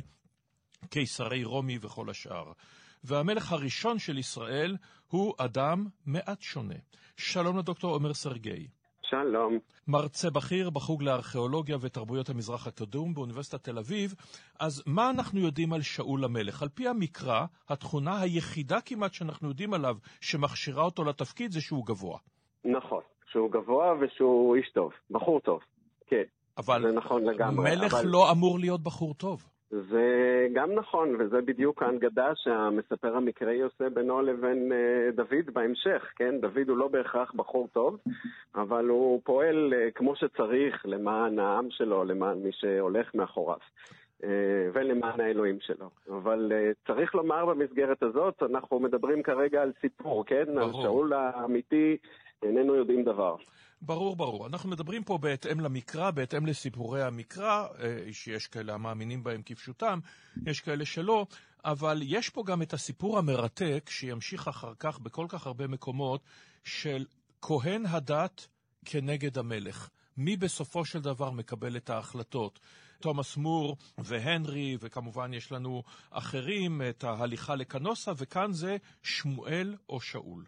קיסרי רומי וכל השאר. והמלך הראשון של ישראל הוא אדם מעט שונה. שלום לדוקטור עומר סרגי. שלום. מרצה בכיר בחוג לארכיאולוגיה ותרבויות המזרח הקדום באוניברסיטת תל אביב. אז מה אנחנו יודעים על שאול המלך? על פי המקרא, התכונה היחידה כמעט שאנחנו יודעים עליו שמכשירה אותו לתפקיד זה שהוא גבוה. נכון, שהוא גבוה ושהוא איש טוב, בחור טוב. כן, אבל זה נכון לגמרי. מלך אבל... לא אמור להיות בחור טוב. זה גם נכון, וזה בדיוק ההנגדה שהמספר המקראי עושה בינו לבין uh, דוד בהמשך, כן? דוד הוא לא בהכרח בחור טוב, אבל הוא פועל uh, כמו שצריך למען העם שלו, למען מי שהולך מאחוריו, uh, ולמען האלוהים שלו. אבל uh, צריך לומר במסגרת הזאת, אנחנו מדברים כרגע על סיפור, כן? ברור. על שאול האמיתי איננו יודעים דבר. ברור, ברור. אנחנו מדברים פה בהתאם למקרא, בהתאם לסיפורי המקרא, שיש כאלה המאמינים בהם כפשוטם, יש כאלה שלא, אבל יש פה גם את הסיפור המרתק, שימשיך אחר כך בכל כך הרבה מקומות, של כהן הדת כנגד המלך. מי בסופו של דבר מקבל את ההחלטות? תומאס מור והנרי, וכמובן יש לנו אחרים, את ההליכה לקנוסה, וכאן זה שמואל או שאול.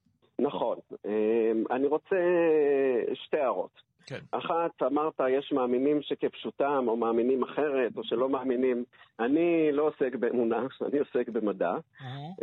נכון. אני רוצה שתי הערות. כן. אחת, אמרת, יש מאמינים שכפשוטם, או מאמינים אחרת, או שלא מאמינים. אני לא עוסק באמונה, אני עוסק במדע. Uh-huh.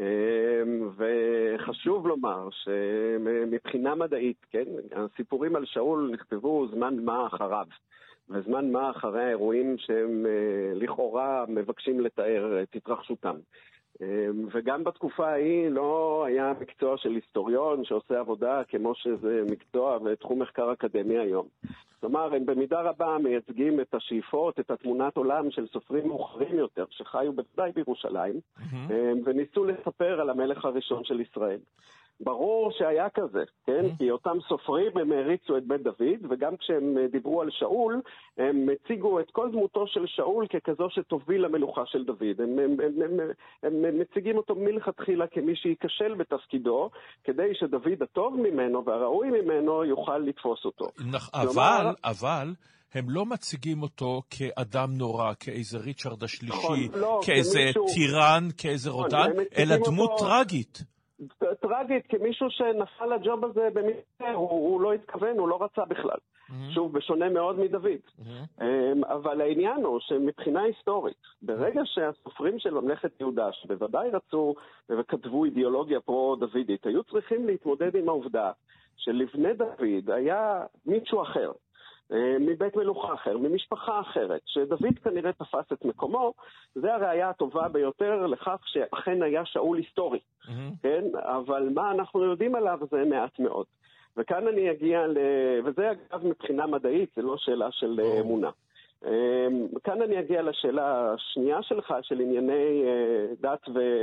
וחשוב לומר שמבחינה מדעית, כן, הסיפורים על שאול נכתבו זמן מה אחריו. וזמן מה אחרי האירועים שהם לכאורה מבקשים לתאר את התרחשותם. וגם בתקופה ההיא לא היה מקצוע של היסטוריון שעושה עבודה כמו שזה מקצוע ותחום מחקר אקדמי היום. כלומר, הם במידה רבה מייצגים את השאיפות, את התמונת עולם של סופרים מאוחרים יותר, שחיו בוודאי בירושלים, mm-hmm. וניסו לספר על המלך הראשון של ישראל. ברור שהיה כזה, כן? Mm-hmm. כי אותם סופרים הם הריצו את בית דוד, וגם כשהם דיברו על שאול, הם הציגו את כל דמותו של שאול ככזו שתוביל למלוכה של דוד. הם, הם, הם, הם, הם, הם מציגים אותו מלכתחילה כמי שייכשל בתפקידו, כדי שדוד הטוב ממנו והראוי ממנו יוכל לתפוס אותו. נכ... אבל, כלומר... אבל... הם לא מציגים אותו כאדם נורא, כאיזה ריצ'רד השלישי, נכון, לא, כאיזה כמישהו... טירן, כאיזה נכון, רודן, אלא דמות אותו... טרגית. טרגית, כמישהו שנפל לג'וב הזה במקרה, הוא, הוא לא התכוון, הוא לא רצה בכלל. Mm-hmm. שוב, בשונה מאוד מדוד. Mm-hmm. אבל העניין הוא שמבחינה היסטורית, ברגע שהסופרים של ממלכת יהודה, שבוודאי רצו וכתבו אידיאולוגיה פרו-דוידית, היו צריכים להתמודד עם העובדה שלבני דוד היה מישהו אחר. מבית מלוכה אחר, ממשפחה אחרת, שדוד כנראה תפס את מקומו, זה הראיה הטובה ביותר לכך שאכן היה שאול היסטורי, mm-hmm. כן? אבל מה אנחנו יודעים עליו זה מעט מאוד. וכאן אני אגיע ל... וזה אגב מבחינה מדעית, זה לא שאלה של oh. אמונה. כאן אני אגיע לשאלה השנייה שלך, של ענייני דת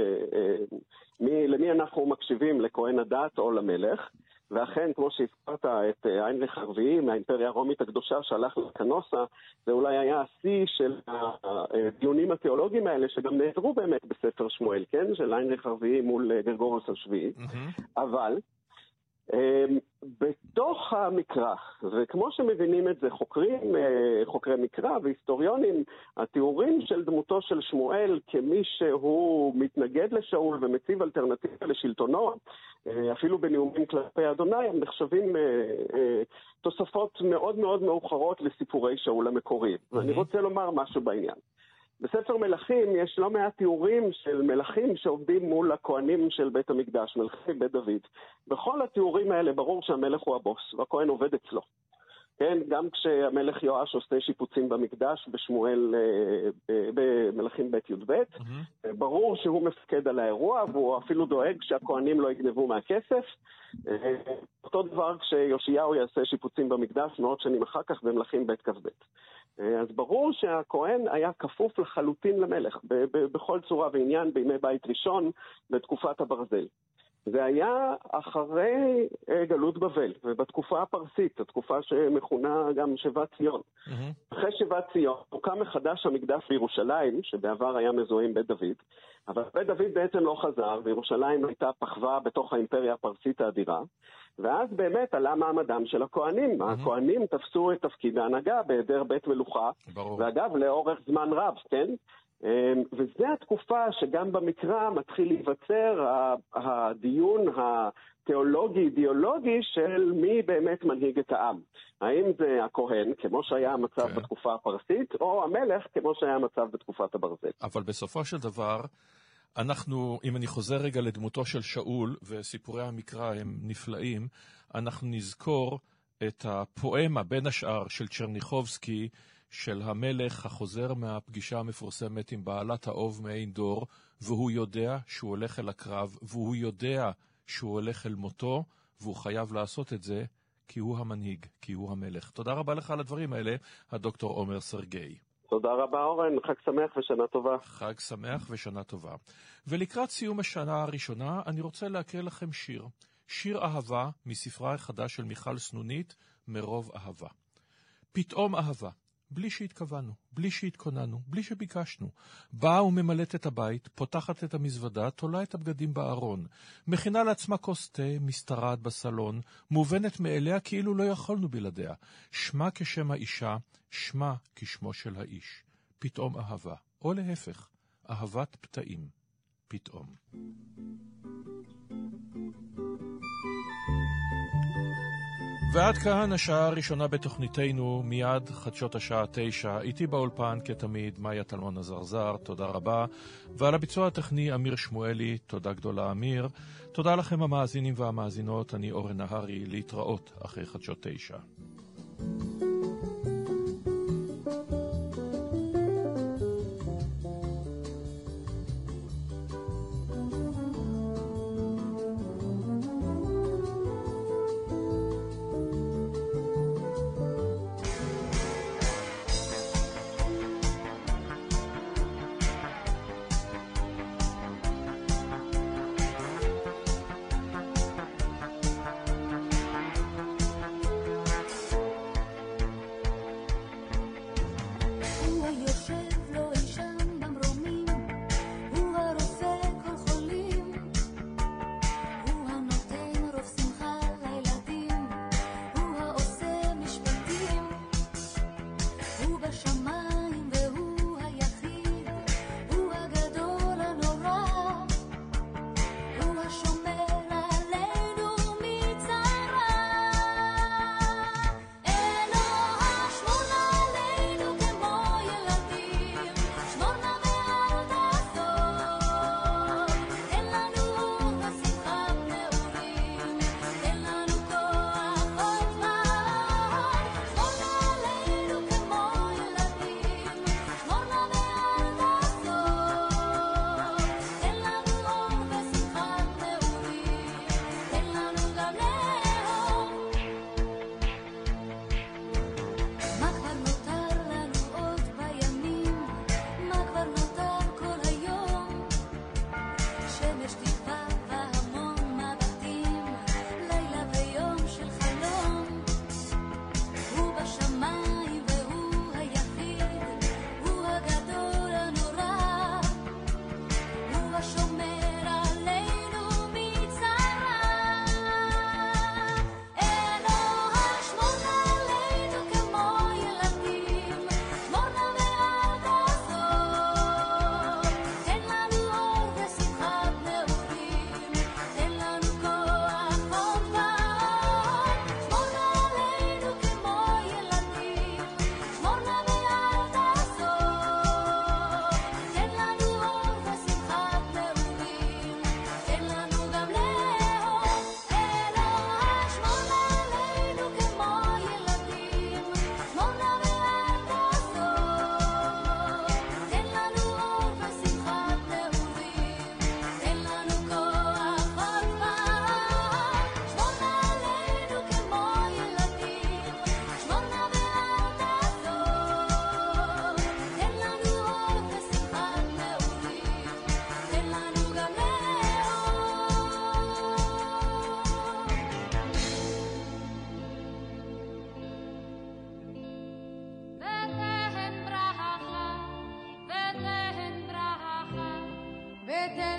ולמי אנחנו מקשיבים, לכהן הדת או למלך. ואכן, כמו שהזכרת את היינריך הרביעי מהאימפריה הרומית הקדושה שהלך לקנוסה, זה אולי היה השיא של הדיונים התיאולוגיים האלה, שגם נעזרו באמת בספר שמואל, כן? של היינריך הרביעי מול גרגורוס השביעי. Mm-hmm. אבל בתוך המקרא, וכמו שמבינים את זה חוקרים, חוקרי מקרא והיסטוריונים, התיאורים של דמותו של שמואל כמי שהוא מתנגד לשאול ומציב אלטרנטיבה לשלטונו, אפילו בנאומים כלפי אדוני, הם נחשבים תוספות מאוד מאוד מאוחרות לסיפורי שאול המקורי. ואני רוצה לומר משהו בעניין. בספר מלכים יש לא מעט תיאורים של מלכים שעובדים מול הכהנים של בית המקדש, מלכי בית דוד. בכל התיאורים האלה ברור שהמלך הוא הבוס, והכהן עובד אצלו. כן, גם כשהמלך יואש עושה שיפוצים במקדש בשמואל, במלכים בית י"ב, mm-hmm. ברור שהוא מפקד על האירוע, והוא אפילו דואג שהכהנים לא יגנבו מהכסף. אותו דבר כשיושיהו יעשה שיפוצים במקדש מאות שנים אחר כך במלכים בית כ"ב. אז ברור שהכהן היה כפוף לחלוטין למלך, ב- ב- בכל צורה ועניין בימי בית ראשון בתקופת הברזל. זה היה אחרי גלות בבל, ובתקופה הפרסית, התקופה שמכונה גם שיבת ציון. Mm-hmm. אחרי שיבת ציון הוקם מחדש המקדש בירושלים, שבעבר היה מזוהה עם בית דוד, אבל בית דוד בעצם לא חזר, וירושלים הייתה פחווה בתוך האימפריה הפרסית האדירה, ואז באמת עלה מעמדם של הכהנים. Mm-hmm. הכהנים תפסו את תפקיד ההנהגה בהיעדר בית מלוכה, ברור. ואגב, לאורך זמן רב, כן? וזו התקופה שגם במקרא מתחיל להיווצר הדיון התיאולוגי-אידיאולוגי של מי באמת מנהיג את העם. האם זה הכהן, כמו שהיה המצב okay. בתקופה הפרסית, או המלך, כמו שהיה המצב בתקופת הברזל. אבל בסופו של דבר, אנחנו, אם אני חוזר רגע לדמותו של שאול, וסיפורי המקרא הם נפלאים, אנחנו נזכור את הפואמה בין השאר של צ'רניחובסקי, של המלך החוזר מהפגישה המפורסמת עם בעלת האוב מעין דור, והוא יודע שהוא הולך אל הקרב, והוא יודע שהוא הולך אל מותו, והוא חייב לעשות את זה כי הוא המנהיג, כי הוא המלך. תודה רבה לך על הדברים האלה, הדוקטור עומר סרגי. תודה רבה אורן, חג שמח ושנה טובה. חג שמח ושנה טובה. ולקראת סיום השנה הראשונה, אני רוצה להקריא לכם שיר. שיר אהבה מספרה החדש של מיכל סנונית, מרוב אהבה. פתאום אהבה. בלי שהתכוונו, בלי שהתכוננו, בלי שביקשנו. באה וממלאת את הבית, פותחת את המזוודה, תולה את הבגדים בארון. מכינה לעצמה כוס תה, מסתרעת בסלון, מובנת מאליה כאילו לא יכולנו בלעדיה. שמה כשם האישה, שמה כשמו של האיש. פתאום אהבה, או להפך, אהבת פתאים. פתאום. ועד כאן השעה הראשונה בתוכניתנו, מיד חדשות השעה תשע. איתי באולפן כתמיד מאיה טלמון הזרזר, תודה רבה. ועל הביצוע הטכני אמיר שמואלי, תודה גדולה אמיר. תודה לכם המאזינים והמאזינות, אני אורן נהרי, להתראות אחרי חדשות תשע.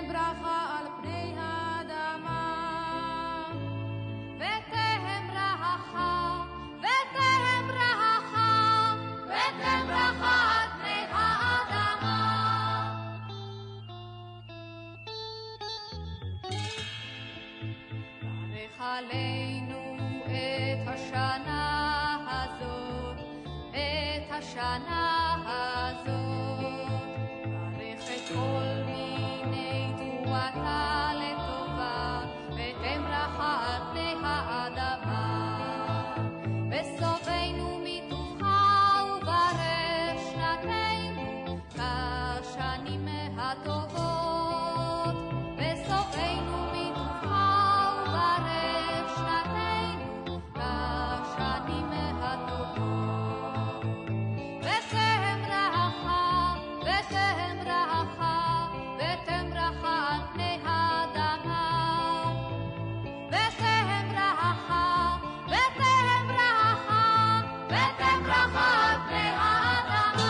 ותן ברכה על פני האדמה, ותן ברכה, ותן ברכה, ותן ברכה על פני האדמה. ברך עלינו את השנה הזאת, את השנה הזאת, ברך את כל מיני תרועתה לטובה, ותן ברכה על פני האדמה. בסופנו מטובך וברך שנתנו כשנים הטובות, בסופנו מטובך וברך שנתנו כשנים הטובות. ותן ברכה, ותן ברכה, ותן ברכה על פני האדמה, ותן ברכה, ותן ברכה, ותן ברכה על פני האדמה.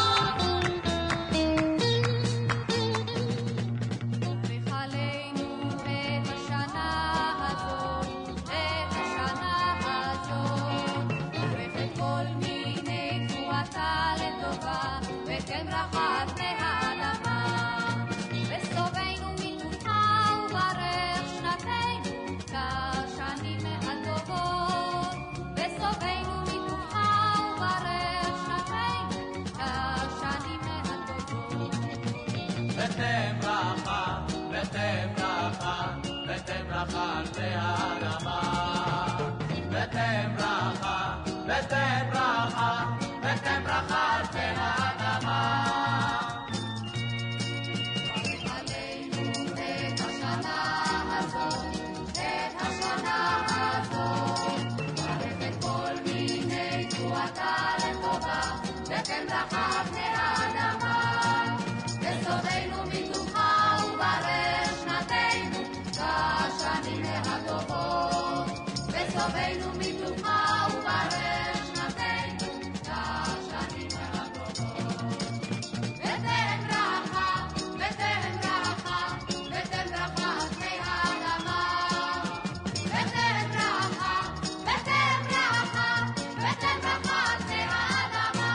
ברך עלינו את השנה הזאת, את השנה הזאת, ברך את כל מיני תבואתה לטובה, ותן ברכה על פני האדמה. בסובנו מטובך וברך שנתנו כשנים הטובות, בסובנו מטובך וברך שנתנו כשנים הטובות. ותן ברכה, ותן ברכה, ותן ברכה על פני האדמה. ותן ברכה, ותן ברכה, ותן ברכה על פני האדמה. ברך עלינו את השנה הזאת, את השנה הזאת, ברך את כל מיני תבואתה לטובה, ותן ברכה על פני האדמה. בסודנו מטובך וברך שנתנו כשנים הטובות, בסודנו מטובך וברך שנתנו כשנים הטובות. ותן ברכה, ותן ברכה, ותן ברכה על פני האדמה, ותן ברכה, ותן ברכה, ותן ברכה על פני האדמה.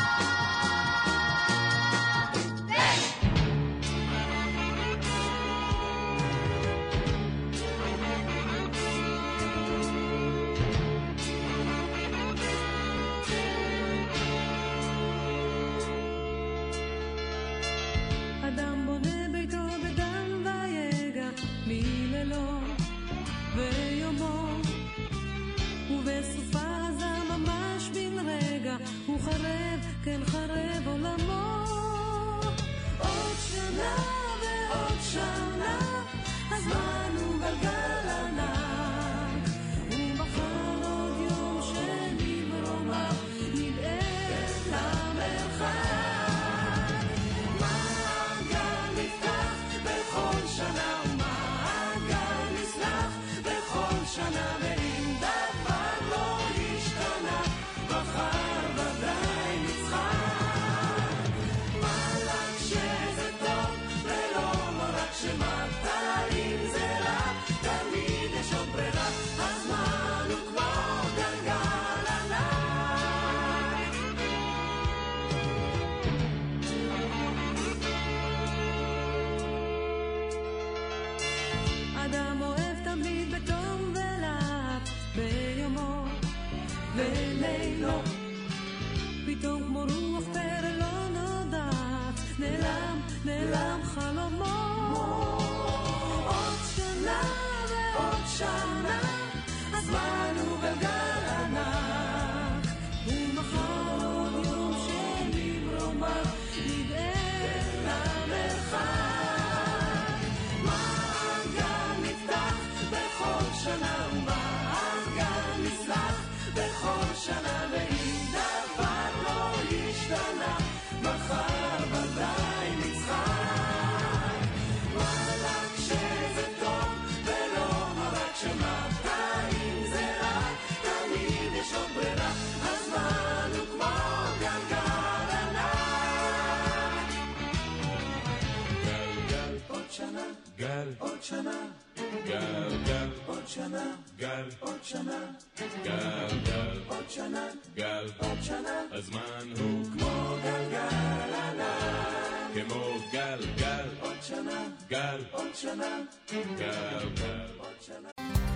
אדם בונה ביתו בדם ויגע מלילו ויומו, ובסופה עזה ממש בן רגע הוא חרב, כן חרב עולמו. עוד שנה ועוד שנה, הזמן הוא גלגל ענק, ומחר עוד יום שני מרומם נדעה למרחק. מעגל נפתח בכל שנה ומעגל נסלח בכל שנה, ואם דבר לא השתנה מחר ודאי נצחק. מה לך שזה טוב ולא רק שמטרים זה רע, תמיד יש עוד ברירה, הזמן הוא כמו גלגל ענק. אדם אוהב תמיד בתום ולהב, ביומו ולילו, פתאום כמו רוח פרא לא נודעת, נעלם, נעלם חלומו. עוד שנה ועוד שנה, הזמן הוא גלגל ענק, ומחר עוד יום שני מרומם נדעה למרחק. מעגל נפתח בכל שנה ומעגל נסלח בכל שנה, ואם דבר לא השתנה מחר ודאי נצחק. וואלה כשזה טוב ולא רק שמע גל, עוד שנה, גל, גל, עוד שנה, גל, עוד שנה, גל, גל, עוד שנה, גל, עוד שנה, הזמן הוא כמו גלגל ענק, כמו גל, גל, עוד שנה, גל, עוד שנה, גל, גל, עוד שנה.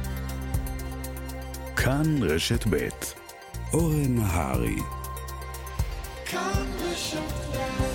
כאן רשת ב' אורן נהרי. כאן רשת ב'.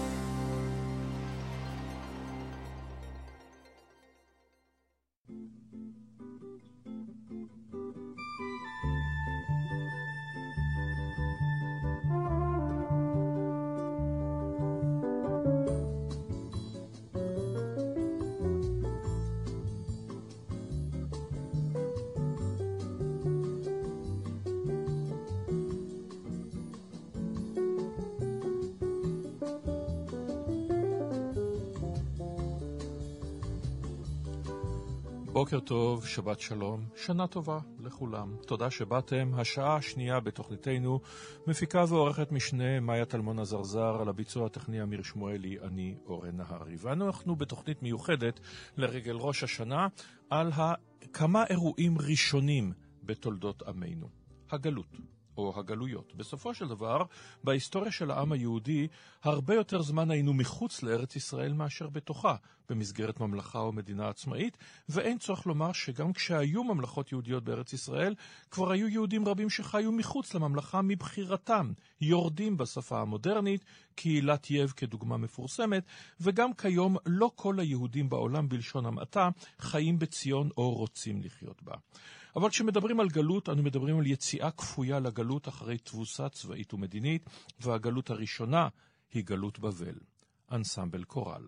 בוקר טוב, שבת שלום, שנה טובה לכולם. תודה שבאתם. השעה השנייה בתוכניתנו מפיקה ועורכת משנה מאיה טלמון הזרזר, על הביצוע הטכני אמיר שמואלי, אני אורן נהרי. ואנחנו בתוכנית מיוחדת לרגל ראש השנה על כמה אירועים ראשונים בתולדות עמנו. הגלות. או הגלויות. בסופו של דבר, בהיסטוריה של העם היהודי, הרבה יותר זמן היינו מחוץ לארץ ישראל מאשר בתוכה, במסגרת ממלכה או מדינה עצמאית, ואין צורך לומר שגם כשהיו ממלכות יהודיות בארץ ישראל, כבר היו יהודים רבים שחיו מחוץ לממלכה מבחירתם, יורדים בשפה המודרנית, קהילת יב כדוגמה מפורסמת, וגם כיום לא כל היהודים בעולם בלשון המעטה חיים בציון או רוצים לחיות בה. אבל כשמדברים על גלות, אנו מדברים על יציאה כפויה לגלות אחרי תבוסה צבאית ומדינית, והגלות הראשונה היא גלות בבל. אנסמבל קורל.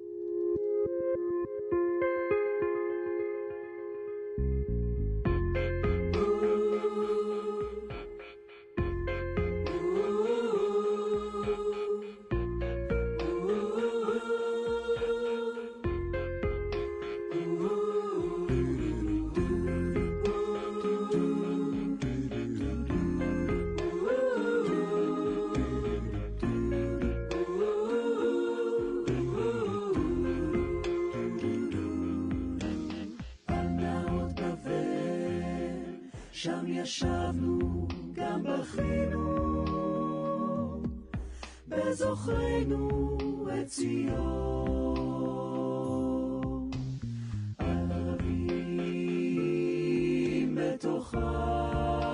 שם ישבנו, גם בכינו, בזוכרנו את ציון, ערבים בתוכה,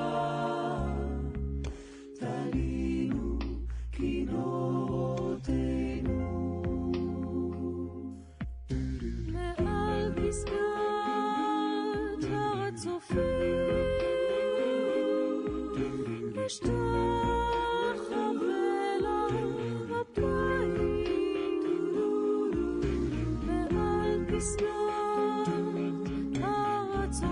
תלינו כינורותינו, מעל פסגת הר הצופים, נשתחווה לבית, מעל פסגת הר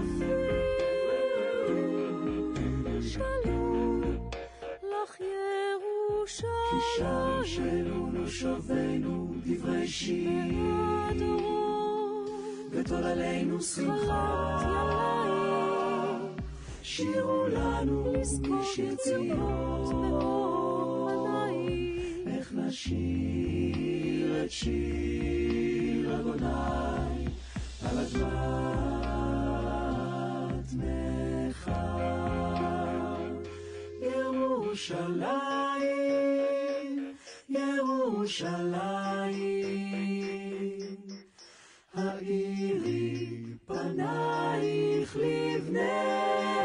הצופים, שלום לך ירושלים, כי שם שלנו שובנו דברי שיר, ותול עלינו שמחת ימים, שירו לנו משיר ציון, איך נשיר את שיר אדוני על אדמת נכר. ירושלים, ירושלים, האירי פנייך לבנה,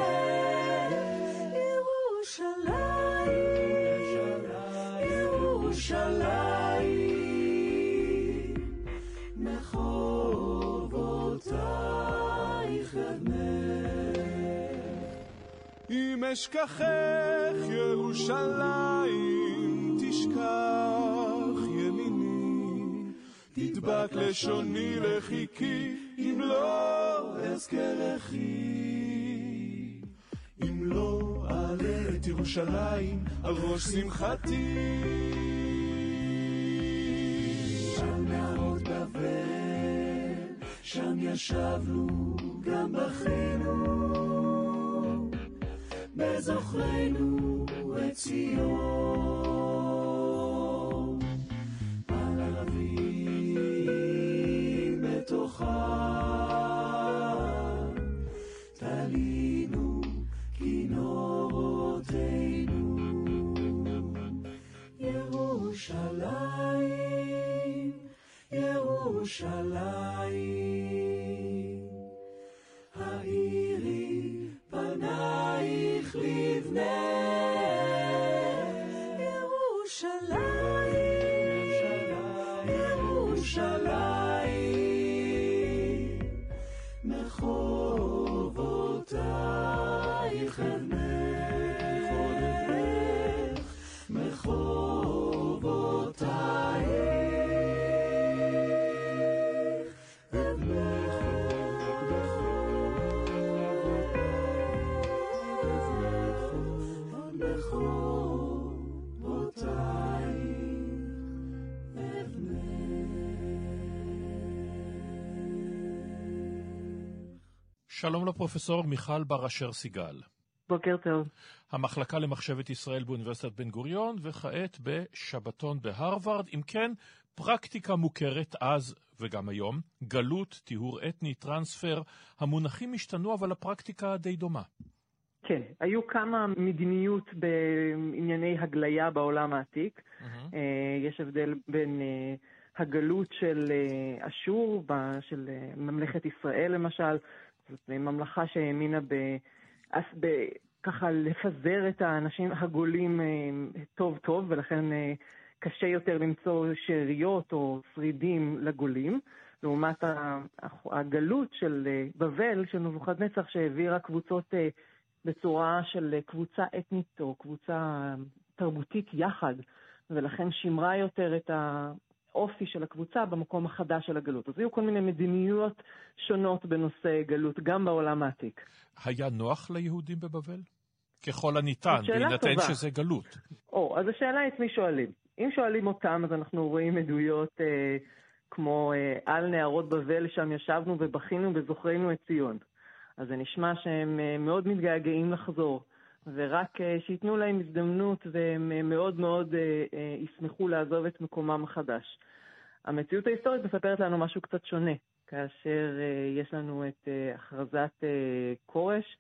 ירושלים, מחורבותייך אבנך. אם אשכחך ירושלים, תשכח ימיני, תדבק לשוני לחיקי, אם לא אזכרכי. אם לא אעלה את ירושלים על ראש שמחתי, שם נאות בבל, שם ישבנו, גם בכינו, בזוכרנו את ציון, על ערבים בתוכה, ירושלים, האירי פנייך לבנה. ירושלים, ירושלים, מחורבותייך אבנך, מחורבותייך אבנך, שלום לפרופסור מיכל בר אשר סיגל. בוקר טוב. המחלקה למחשבת ישראל באוניברסיטת בן גוריון, וכעת בשבתון בהרווארד. אם כן, פרקטיקה מוכרת אז וגם היום, גלות, טיהור אתני, טרנספר, המונחים השתנו, אבל הפרקטיקה די דומה. כן, היו כמה מדיניות בענייני הגליה בעולם העתיק. Mm-hmm. יש הבדל בין הגלות של אשור, של ממלכת ישראל למשל, זאת ממלכה שהאמינה ב... ב... ככה לפזר את האנשים הגולים טוב טוב, ולכן קשה יותר למצוא שאריות או שרידים לגולים, לעומת הגלות של בבל, של נבוכדנצר, שהעבירה קבוצות בצורה של קבוצה אתנית או קבוצה תרבותית יחד, ולכן שימרה יותר את האופי של הקבוצה במקום החדש של הגלות. אז היו כל מיני מדיניות שונות בנושא גלות, גם בעולם העתיק. היה נוח ליהודים בבבל? ככל הניתן, בהינתן שזה גלות. או, אז השאלה היא את מי שואלים. אם שואלים אותם, אז אנחנו רואים עדויות אה, כמו אה, על נערות בבל, שם ישבנו ובכינו וזוכרנו את ציון. אז זה נשמע שהם אה, מאוד מתגעגעים לחזור, ורק אה, שיתנו להם הזדמנות, והם אה, מאוד מאוד אה, אה, ישמחו לעזוב את מקומם החדש. המציאות ההיסטורית מספרת לנו משהו קצת שונה, כאשר אה, יש לנו את אה, הכרזת אה, קורש,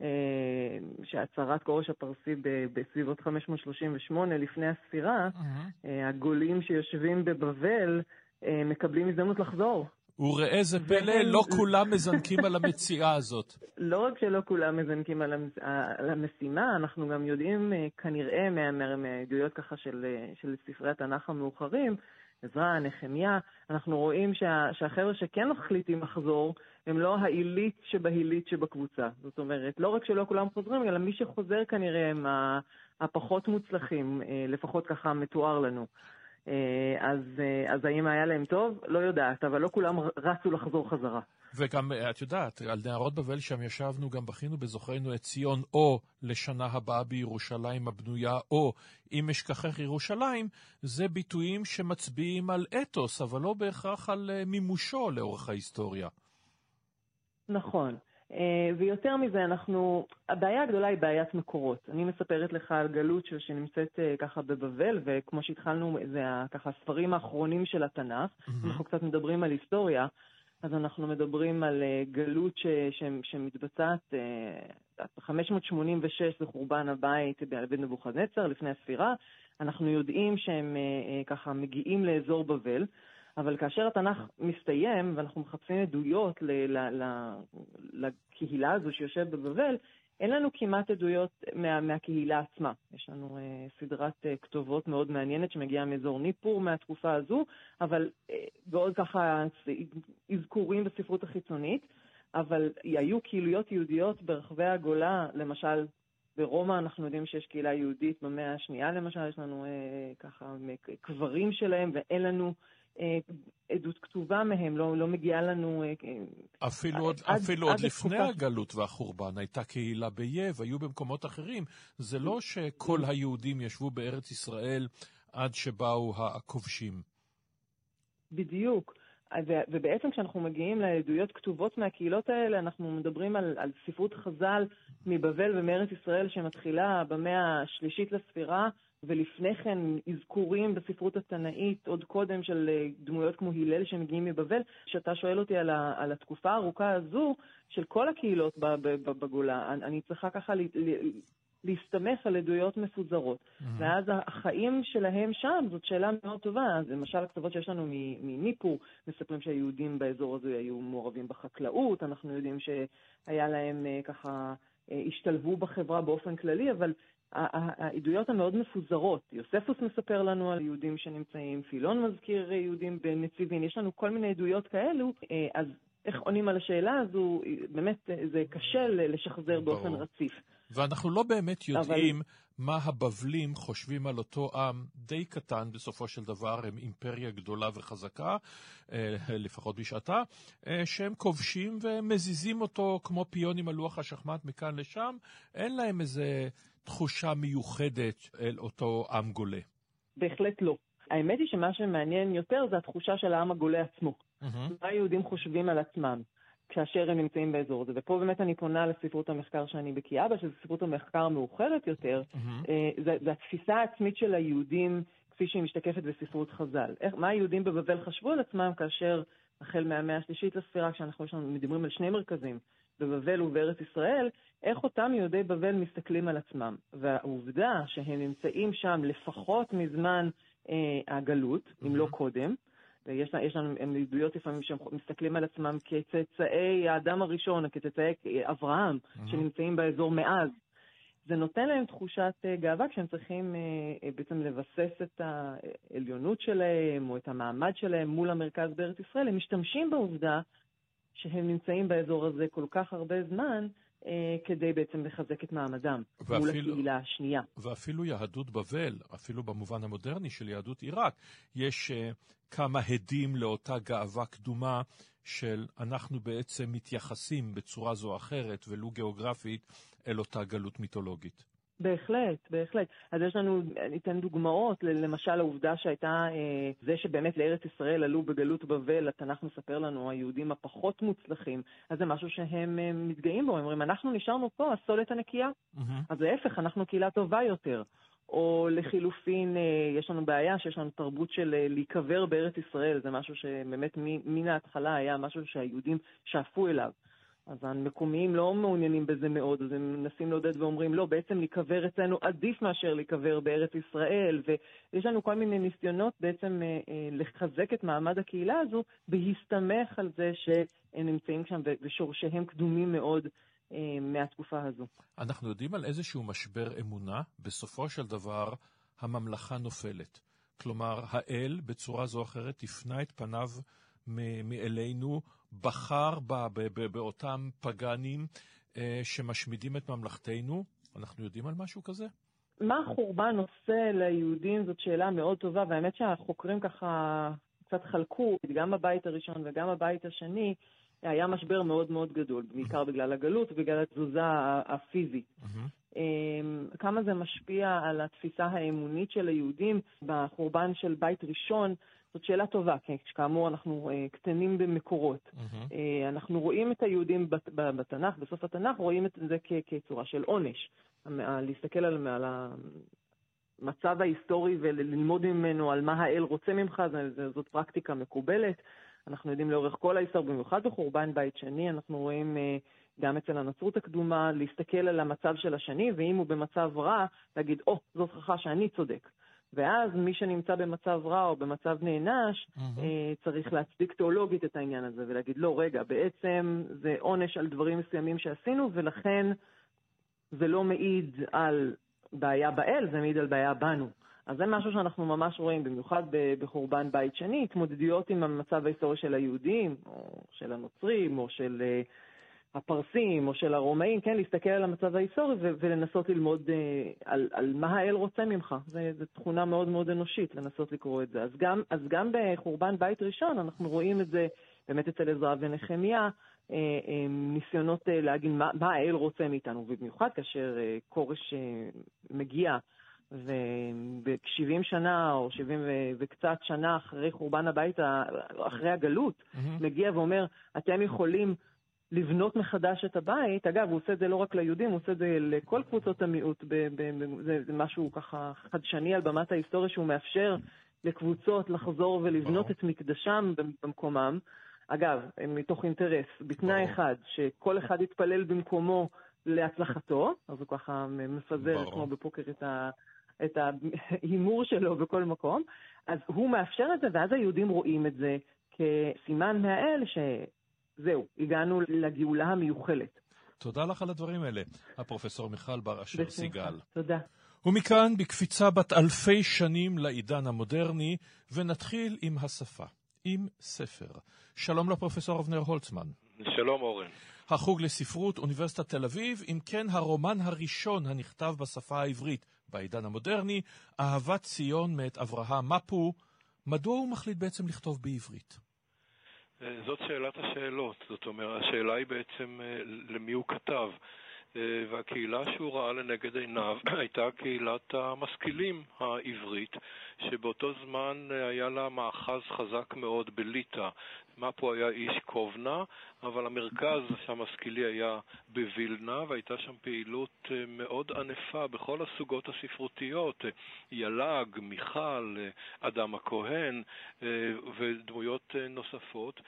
שהצהרת קורש הפרסי בסביבות חמש מאות שלושים ושמונה לפני הספירה, uh-huh. הגולים שיושבים בבבל מקבלים הזדמנות לחזור. וראה זה פלא, לא כולם מזנקים על המציאה הזאת. לא רק שלא כולם מזנקים על המשימה, אנחנו גם יודעים כנראה מהעדויות ככה של, של ספרי התנ"ך המאוחרים, עזרא, נחמיה, אנחנו רואים שה, שהחבר'ה שכן מחליטים לחזור, הם לא העילית שבהילית שבקבוצה. זאת אומרת, לא רק שלא כולם חוזרים, אלא מי שחוזר כנראה הם הפחות מוצלחים, לפחות ככה מתואר לנו. אז, אז האם היה להם טוב? לא יודעת, אבל לא כולם רצו לחזור חזרה. וגם, את יודעת, על נערות בבל שם ישבנו, גם בכינו בזוכרנו את ציון, או לשנה הבאה בירושלים הבנויה, או אם אשכחך ירושלים, זה ביטויים שמצביעים על אתוס, אבל לא בהכרח על מימושו לאורך ההיסטוריה. נכון. ויותר מזה, אנחנו, הבעיה הגדולה היא בעיית מקורות. אני מספרת לך על גלות שנמצאת ככה בבבל, וכמו שהתחלנו, זה ככה הספרים האחרונים של התנ"ך, mm-hmm. אנחנו קצת מדברים על היסטוריה, אז אנחנו מדברים על גלות ש, ש, שמתבצעת ב-חמש מאות שמונים ושש זה חורבן הבית בן נבוכדנצר לפני הספירה. אנחנו יודעים שהם ככה מגיעים לאזור בבל, אבל כאשר התנ"ך מסתיים ואנחנו מחפשים עדויות ל, ל, ל, לקהילה הזו שיושב בבבל, אין לנו כמעט עדויות מה, מהקהילה עצמה. יש לנו אה, סדרת אה, כתובות מאוד מעניינת שמגיעה מאזור ניפור מהתקופה הזו, אבל אה, ועוד ככה אזכורים בספרות החיצונית, אבל היו קהיליות יהודיות ברחבי הגולה, למשל ברומא אנחנו יודעים שיש קהילה יהודית במאה השנייה, למשל יש לנו אה, ככה קברים שלהם, ואין לנו אה, עדות כתובה מהם, לא, לא מגיעה לנו... אה, אפילו עוד, עד, אפילו עד עוד לפני הגלות והחורבן הייתה קהילה בייב, היו במקומות אחרים. זה לא שכל היהודים ישבו בארץ ישראל עד שבאו הכובשים. בדיוק. ובעצם כשאנחנו מגיעים לעדויות כתובות מהקהילות האלה, אנחנו מדברים על, על ספרות חז"ל מבבל ומארץ ישראל שמתחילה במאה השלישית לספירה, ולפני כן אזכורים בספרות התנאית עוד קודם של דמויות כמו הלל שמגיעים מבבל. שאתה שואל אותי על, ה, על התקופה הארוכה הזו של כל הקהילות בגולה, אני צריכה ככה ל, ל, להסתמך על עדויות מפוזרות. Mm-hmm. ואז החיים שלהם שם, זאת שאלה מאוד טובה. אז למשל, הכתובות שיש לנו מניפור, מספרים שהיהודים באזור הזה היו מעורבים בחקלאות, אנחנו יודעים שהיה להם ככה, השתלבו בחברה באופן כללי, אבל העדויות המאוד מפוזרות. יוספוס מספר לנו על יהודים שנמצאים, פילון מזכיר יהודים בנציבין, יש לנו כל מיני עדויות כאלו, אז איך עונים על השאלה הזו, באמת זה קשה לשחזר באופן רציף. ואנחנו לא באמת יודעים אבל... מה הבבלים חושבים על אותו עם די קטן בסופו של דבר, הם אימפריה גדולה וחזקה, לפחות בשעתה, שהם כובשים ומזיזים אותו כמו פיונים על לוח השחמט מכאן לשם, אין להם איזה תחושה מיוחדת אל אותו עם גולה. בהחלט לא. האמת היא שמה שמעניין יותר זה התחושה של העם הגולה עצמו. Mm-hmm. מה היהודים חושבים על עצמם כאשר הם נמצאים באזור הזה. ופה באמת אני פונה לספרות המחקר שאני בקיאה בה, שזה ספרות המחקר מאוחרת יותר. Mm-hmm. זה, זה התפיסה העצמית של היהודים כפי שהיא משתקפת בספרות חז"ל. איך, מה היהודים בבבל חשבו על עצמם כאשר החל מהמאה השלישית לספירה, כשאנחנו מדברים על שני מרכזים, בבבל ובארץ ישראל, איך אותם יהודי בבל מסתכלים על עצמם. והעובדה שהם נמצאים שם לפחות מזמן אה, הגלות, mm-hmm. אם לא קודם, ויש יש לנו עדויות לפעמים שהם מסתכלים על עצמם כצאצאי האדם הראשון, כצאצאי אברהם, mm-hmm. שנמצאים באזור מאז. זה נותן להם תחושת גאווה כשהם צריכים אה, בעצם לבסס את העליונות שלהם או את המעמד שלהם מול המרכז בארץ ישראל. הם משתמשים בעובדה שהם נמצאים באזור הזה כל כך הרבה זמן, אה, כדי בעצם לחזק את מעמדם ואפילו, מול הקהילה השנייה. ואפילו יהדות בבל, אפילו במובן המודרני של יהדות עיראק, יש אה, כמה הדים לאותה גאווה קדומה של אנחנו בעצם מתייחסים בצורה זו או אחרת, ולו גיאוגרפית, אל אותה גלות מיתולוגית. בהחלט, בהחלט. אז יש לנו, ניתן דוגמאות, למשל העובדה שהייתה, אה, זה שבאמת לארץ ישראל עלו בגלות בבל, התנ"ך מספר לנו, היהודים הפחות מוצלחים, אז זה משהו שהם אה, מתגאים בו, הם אומרים, אנחנו נשארנו פה, הסולת הנקייה. Mm-hmm. אז להפך, אנחנו קהילה טובה יותר. או לחילופין, אה, יש לנו בעיה שיש לנו תרבות של אה, להיקבר בארץ ישראל, זה משהו שבאמת מן ההתחלה היה משהו שהיהודים שאפו אליו. אז המקומיים לא מעוניינים בזה מאוד, אז הם מנסים לעודד ואומרים, לא, בעצם להיקבר אצלנו עדיף מאשר להיקבר בארץ ישראל, ויש לנו כל מיני ניסיונות בעצם אה, אה, לחזק את מעמד הקהילה הזו, בהסתמך על זה שהם נמצאים שם ושורשיהם קדומים מאוד אה, מהתקופה הזו. אנחנו יודעים על איזשהו משבר אמונה, בסופו של דבר הממלכה נופלת. כלומר, האל בצורה זו או אחרת הפנה את פניו מאלינו, בחר בה, ב- ב- באותם פגנים אה, שמשמידים את ממלכתנו. אנחנו יודעים על משהו כזה? מה החורבן עושה ליהודים? זאת שאלה מאוד טובה, והאמת שהחוקרים ככה קצת חלקו, גם בבית הראשון וגם בבית השני, היה משבר מאוד מאוד גדול, בעיקר בגלל הגלות ובגלל התזוזה הפיזית. Mm-hmm. כמה זה משפיע על התפיסה האמונית של היהודים בחורבן של בית ראשון, זאת שאלה טובה, כי כאמור אנחנו uh, קטנים במקורות. Mm-hmm. Uh, אנחנו רואים את היהודים בת, בתנ"ך, בסוף התנ"ך רואים את זה כ- כצורה של עונש. להסתכל על, על המצב ההיסטורי וללמוד ממנו על מה האל רוצה ממך, זה, זאת פרקטיקה מקובלת. אנחנו יודעים לאורך כל ההיסטוריה, במיוחד בחורבן בית שני, אנחנו רואים uh, גם אצל הנצרות הקדומה, להסתכל על המצב של השני, ואם הוא במצב רע, להגיד, או, oh, זאת הוכחה שאני צודק. ואז מי שנמצא במצב רע או במצב נענש, mm-hmm. אה, צריך להצדיק תיאולוגית את העניין הזה, ולהגיד, לא, רגע, בעצם זה עונש על דברים מסוימים שעשינו, ולכן זה לא מעיד על בעיה באל, זה מעיד על בעיה בנו. אז זה משהו שאנחנו ממש רואים, במיוחד בחורבן בית שני, התמודדויות עם המצב ההיסטורי של היהודים, או של הנוצרים, או של הפרסים, או של הרומאים, כן, להסתכל על המצב ההיסטורי ו- ולנסות ללמוד uh, על, על מה האל רוצה ממך. זה, זה תכונה מאוד מאוד אנושית, לנסות לקרוא את זה. אז גם, אז גם בחורבן בית ראשון, אנחנו רואים את זה באמת אצל עזרא ונחמיה, uh, uh, ניסיונות uh, להגיד מה, מה האל רוצה מאיתנו, ובמיוחד כאשר uh, כורש uh, מגיע, וב-שבעים שנה או שבעים ו- וקצת שנה אחרי חורבן הבית, אחרי הגלות, mm-hmm. מגיע ואומר, אתם יכולים לבנות מחדש את הבית. אגב, הוא עושה את זה לא רק ליהודים, הוא עושה את זה לכל קבוצות המיעוט. ב- ב- ב- זה, זה משהו ככה חדשני על במת ההיסטוריה, שהוא מאפשר לקבוצות לחזור ולבנות oh. את מקדשם במקומם. אגב, מתוך אינטרס, בתנאי oh. אחד, שכל אחד יתפלל במקומו להצלחתו, אז הוא ככה מפזר כמו בפוקר את ה... את ההימור שלו בכל מקום, אז הוא מאפשר את זה, ואז היהודים רואים את זה כסימן מהאל שזהו, הגענו לגאולה המיוחלת. תודה לך על הדברים האלה, הפרופסור מיכל בר אשר סיגל. תודה. ומכאן בקפיצה בת אלפי שנים לעידן המודרני, ונתחיל עם השפה, עם ספר. שלום לפרופסור אבנר הולצמן. שלום אורן. החוג לספרות, אוניברסיטת תל אביב, אם כן הרומן הראשון הנכתב בשפה העברית בעידן המודרני, אהבת ציון מאת אברהם מפו. מדוע הוא מחליט בעצם לכתוב בעברית? זאת שאלת השאלות. זאת אומרת, השאלה היא בעצם למי הוא כתב. והקהילה שהוא ראה לנגד עיניו הייתה קהילת המשכילים העברית, שבאותו זמן היה לה מאחז חזק מאוד בליטא. מפו היה איש קובנה, אבל המרכז המשכילי היה בווילנה, והייתה שם פעילות מאוד ענפה בכל הסוגות הספרותיות, ילג, מיכל, אדם הכהן ודמויות נוספות.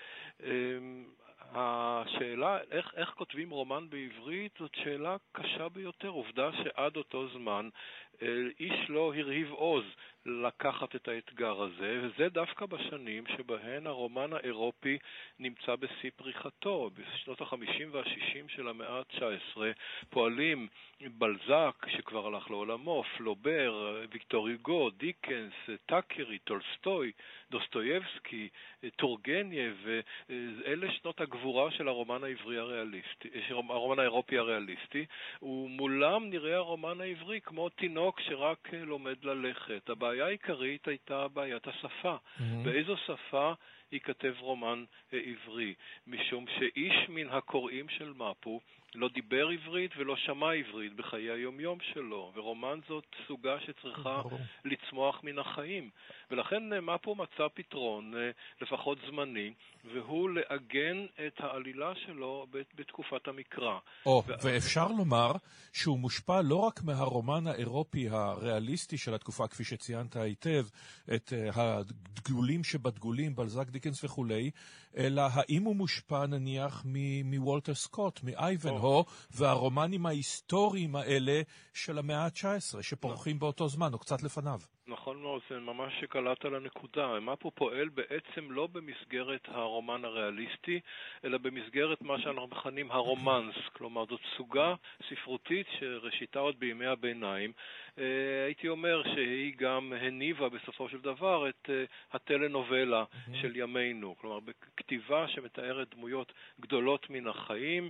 השאלה איך, איך כותבים רומן בעברית זאת שאלה קשה ביותר. עובדה שעד אותו זמן איש לא הרהיב עוז לקחת את האתגר הזה, וזה דווקא בשנים שבהן הרומן האירופי נמצא בשיא פריחתו. בשנות ה-חמישים וה-שישים של המאה ה-תשע עשרה פועלים בלזק שכבר הלך לעולמו, פלובר, ויקטור יוגו, דיקנס, טאקרי, טולסטוי, דוסטויבסקי, טורגנייב, אלה שנות הגבורה של הרומן העברי הריאליסטי, הרומן האירופי הריאליסטי, ומולם נראה הרומן העברי כמו תינוק שרק לומד ללכת. הבעיה העיקרית הייתה בעיית השפה. Mm-hmm. באיזו שפה ייכתב רומן עברי? משום שאיש מן הקוראים של מפו לא דיבר עברית ולא שמע עברית בחיי היומיום שלו, ורומן זאת סוגה שצריכה לצמוח מן החיים. ולכן מפו מצא פתרון, לפחות זמני, והוא לעגן את העלילה שלו בתקופת המקרא. או, ו... ואפשר לומר שהוא מושפע לא רק מהרומן האירופי הריאליסטי של התקופה, כפי שציינת היטב, את הדגולים שבדגולים, בלזק, דיקנס וכו', אלא האם הוא מושפע נניח מוולטר סקוט, מאייבנהו, והרומנים ההיסטוריים האלה של המאה ה-תשע עשרה, שפורחים באותו זמן, או קצת לפניו. נכון מאוד, זה ממש שקלעת על הנקודה. מפו פועל בעצם לא במסגרת הרומן הריאליסטי, אלא במסגרת מה שאנחנו מכנים הרומנס. כלומר, זאת סוגה ספרותית שראשיתה עוד בימי הביניים. הייתי אומר שהיא גם הניבה בסופו של דבר את הטלנובלה של ימינו. כלומר, בכתיבה שמתארת דמויות גדולות מן החיים,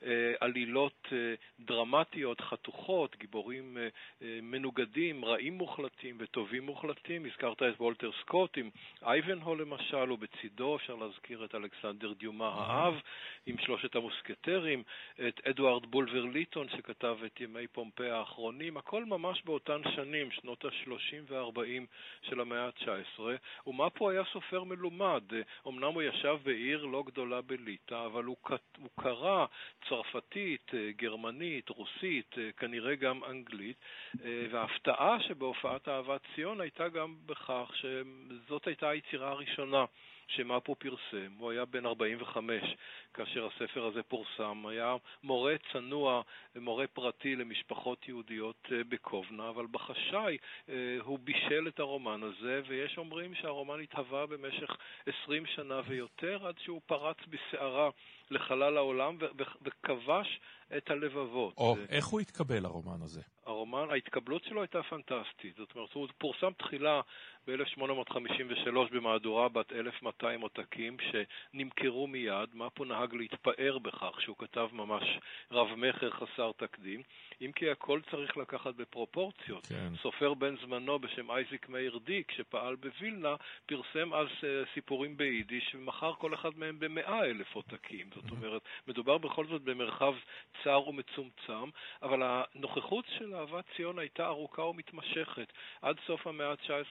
עלילות דרמטיות, חתוכות, גיבורים מנוגדים, רעים מוחלטים וטובים מוחלטים. הזכרת את וולטר סקוט עם אייבנהו למשל, ובצידו אפשר להזכיר את אלכסנדר דיומה האב עם שלושת המוסקטרים, את אדוארד בולבר ליטון שכתב את ימי פומפי האחרונים, הכל ממש באותן שנים, שנות ה-שלושים וה-ארבעים של המאה ה-תשע עשרה. ומפו היה סופר מלומד, אמנם הוא ישב בעיר לא גדולה בליטא, אבל הוא, הוא קרא צרפתית, גרמנית, רוסית, כנראה גם אנגלית, וההפתעה שבהופעת אהבת ציון הייתה גם בכך שזאת הייתה היצירה הראשונה שמפו פרסם. הוא היה בן ארבעים וחמש כאשר הספר הזה פורסם. היה מורה צנוע, מורה פרטי למשפחות יהודיות בקובנה, אבל בחשאי הוא בישל את הרומן הזה, ויש אומרים שהרומן התהווה במשך עשרים שנה ויותר, עד שהוא פרץ בסערה לחלל העולם וכבש את הלבבות. או, איך הוא התקבל הרומן הזה? הרומן, ההתקבלות שלו הייתה פנטסטית. זאת אומרת, הוא פורסם תחילה ב-אלף שמונה מאות חמישים ושלוש במהדורה בת אלף מאתיים עותקים שנמכרו מיד. מפו נהג להתפאר בכך שהוא כתב ממש רב-מחר חסר תקדים, אם כי הכל צריך לקחת בפרופורציות. כן. סופר בן זמנו בשם אייזיק מאיר דיק, שפעל בווילנה, פרסם אז סיפורים ביידיש, ומחר כל אחד מהם במאה אלף עותקים. זאת אומרת, מדובר בכל זאת במרחב צר ומצומצם, אבל הנוכחות של אהבת ציון הייתה ארוכה ומתמשכת. עד סוף המאה ה-תשע עשרה הוא פורסם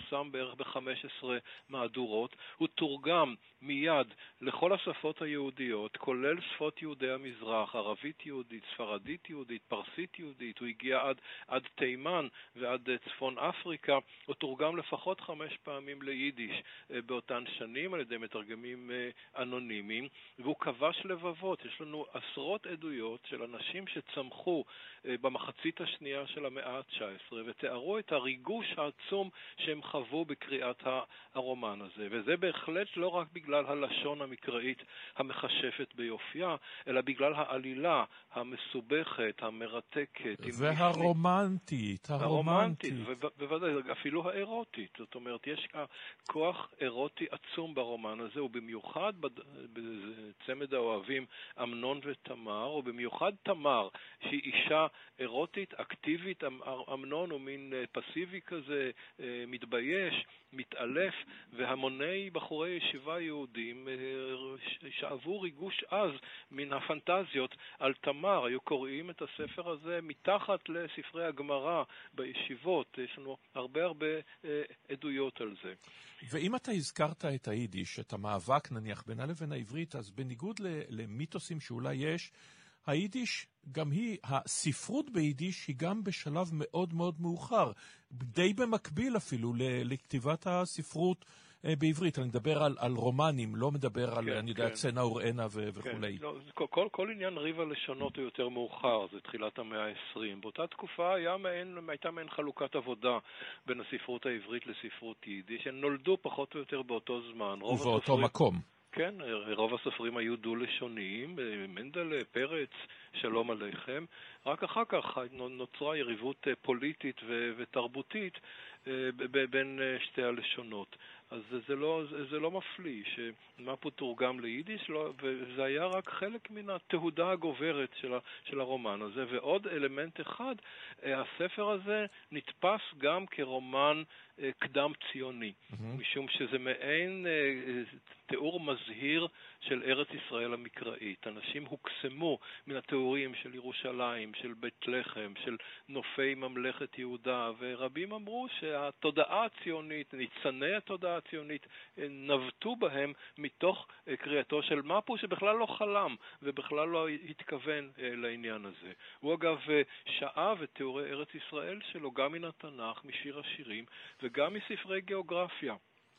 פורסם בערך ב-חמש עשרה מהדורות, הוא תורגם מיד לכל השפות היהודיות, כולל שפות יהודי המזרח, ערבית יהודית, ספרדית יהודית, פרסית יהודית, הוא הגיע עד, עד תימן ועד צפון אפריקה, הוא תורגם לפחות חמש פעמים ליידיש באותן שנים על ידי מתרגמים אנונימיים, והוא כבש לבבות. יש לנו עשרות עדויות של אנשים שצמחו במחצית השנייה של המאה ה-תשע עשרה ותיארו את הריגוש העצום שהם חוו בקריאת הרומן הזה, וזה בהחלט לא רק בגלל הלשון המקראית המחשפת ביופייה, אלא בגלל העלילה המסובכת, המרתקת, והרומנטית, הרומנטית, ובוודאי אפילו האירוטית. זאת אומרת, יש כוח אירוטי עצום ברומן הזה, ובמיוחד בצמד האוהבים אמנון ותמר, ובמיוחד תמר, שהיא אישה אירוטית, אקטיבית. אמנון הוא מין פסיבי כזה, מתבייש, מתעלף, והמוני בחורי ישיבה יהודים שאהבו ריגוש אז מן הפנטזיות על תמר. היו קוראים את הספר הזה מתחת לספרי הגמרא בישיבות. יש לנו הרבה הרבה עדויות על זה. ואם אתה הזכרת את היידיש, את המאבק נניח בינה לבין העברית, אז בניגוד למיתוסים שאולי יש, היידיש, גם היא, הספרות ביידיש היא גם בשלב מאוד מאוד מאוחר, די במקביל אפילו לכתיבת הספרות בעברית. אני מדבר על, על רומנים, לא מדבר על, כן, אני יודע, כן. צנע אורענה וכו'. כן. לא, כל, כל עניין ריב הלשונות הוא יותר מאוחר, זה תחילת המאה ה-עשרים. באותה תקופה היה מעין, הייתה מעין חלוקת עבודה בין הספרות העברית לספרות יידיש, הם נולדו פחות או יותר באותו זמן. ובאותו הספרים... מקום. כן, רוב הסופרים היו דו-לשוניים, מנדלה, פרץ, שלום עליכם. רק אחר כך נוצרה יריבות פוליטית ותרבותית בין שתי הלשונות. אז זה לא, זה לא מפליא שמה פה תורגם ליידיש, לא, וזה היה רק חלק מן התהודה הגוברת של, ה, של הרומן הזה. ועוד אלמנט אחד, הספר הזה נתפס גם כרומן קדם ציוני, mm-hmm. משום שזה מעין תיאור מזהיר של ארץ ישראל המקראית. אנשים הוקסמו מן התיאורים של ירושלים, של בית לחם, של נופי ממלכת יהודה, ורבים אמרו שהתודעה הציונית, ניצני התודעה הציונית, נבטו בהם מתוך קריאתו של מפו, שבכלל לא חלם ובכלל לא התכוון לעניין הזה. הוא אגב שאב את תיאורי ארץ ישראל שלו גם מן התנ"ך, משיר השירים, וגם מספרי גיאוגרפיה.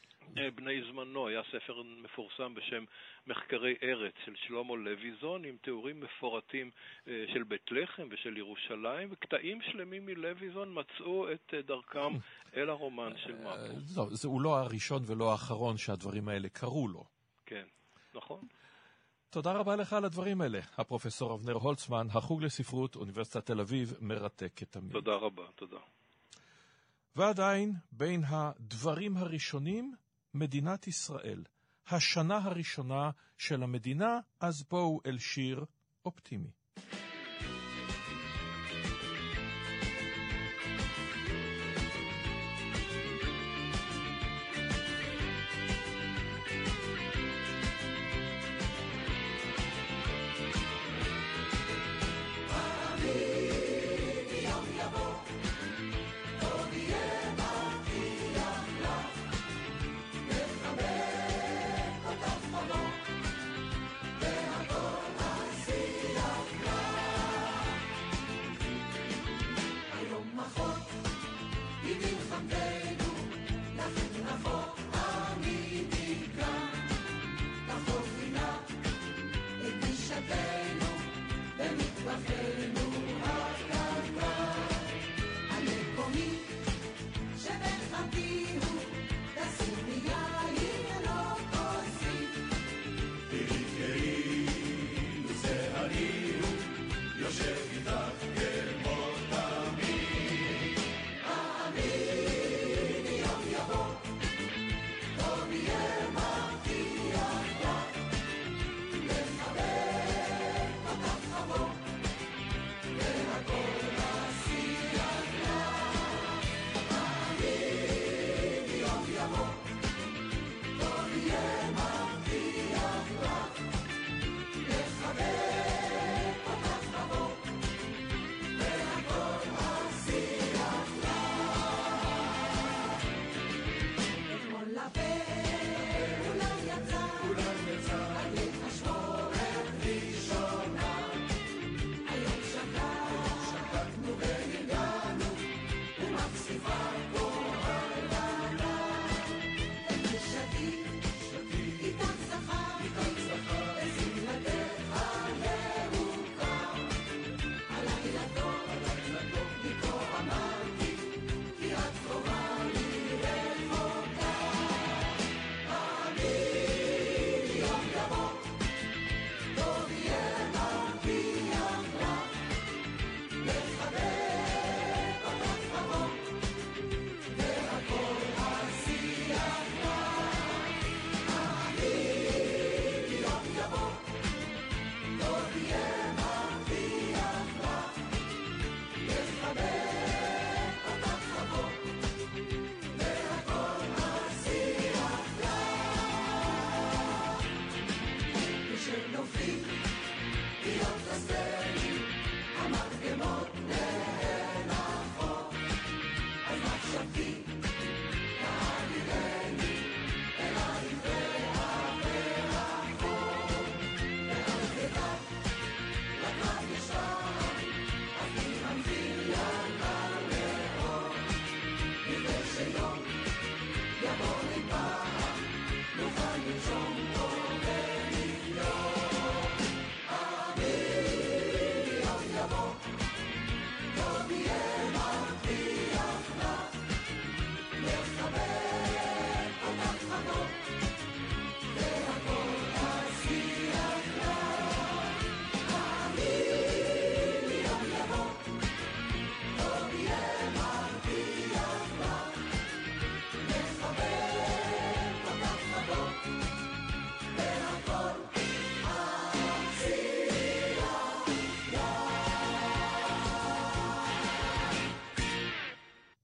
בני זמנו היה ספר מפורסם בשם מחקרי ארץ של שלמה לויזון, עם תיאורים מפורטים של בית לחם ושל ירושלים, וקטעים שלמים מלויזון מצאו את דרכם אל הרומן של מפו. הוא לא הראשון ולא האחרון שהדברים האלה קרו לו. כן, נכון. תודה רבה לך על הדברים האלה. הפרופסור אבנר הולצמן, החוג לספרות, אוניברסיטת תל אביב, מרתק כתמיד. תודה רבה, תודה. ועדיין, בין הדברים הראשונים, מדינת ישראל. השנה הראשונה של המדינה, אז בואו אל שיר אופטימי.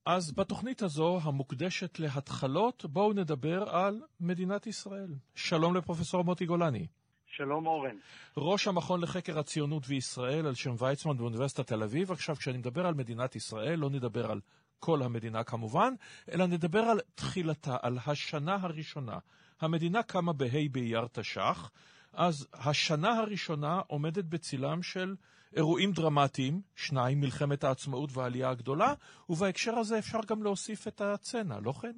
אז בתוכנית הזו, המוקדשת להתחלות, בואו נדבר על מדינת ישראל. שלום לפרופסור מוטי גולני. שלום אורן. ראש המכון לחקר הציונות וישראל על שם ויצמן באוניברסיטת תל אביב. עכשיו, כשאני מדבר על מדינת ישראל, לא נדבר על כל המדינה כמובן, אלא נדבר על תחילתה, על השנה הראשונה. המדינה קמה בה' באייר תש"ח, אז השנה הראשונה עומדת בצילם של אירועים דרמטיים, שניים, מלחמת העצמאות והעלייה הגדולה, ובהקשר הזה אפשר גם להוסיף את הצנע, לא כן?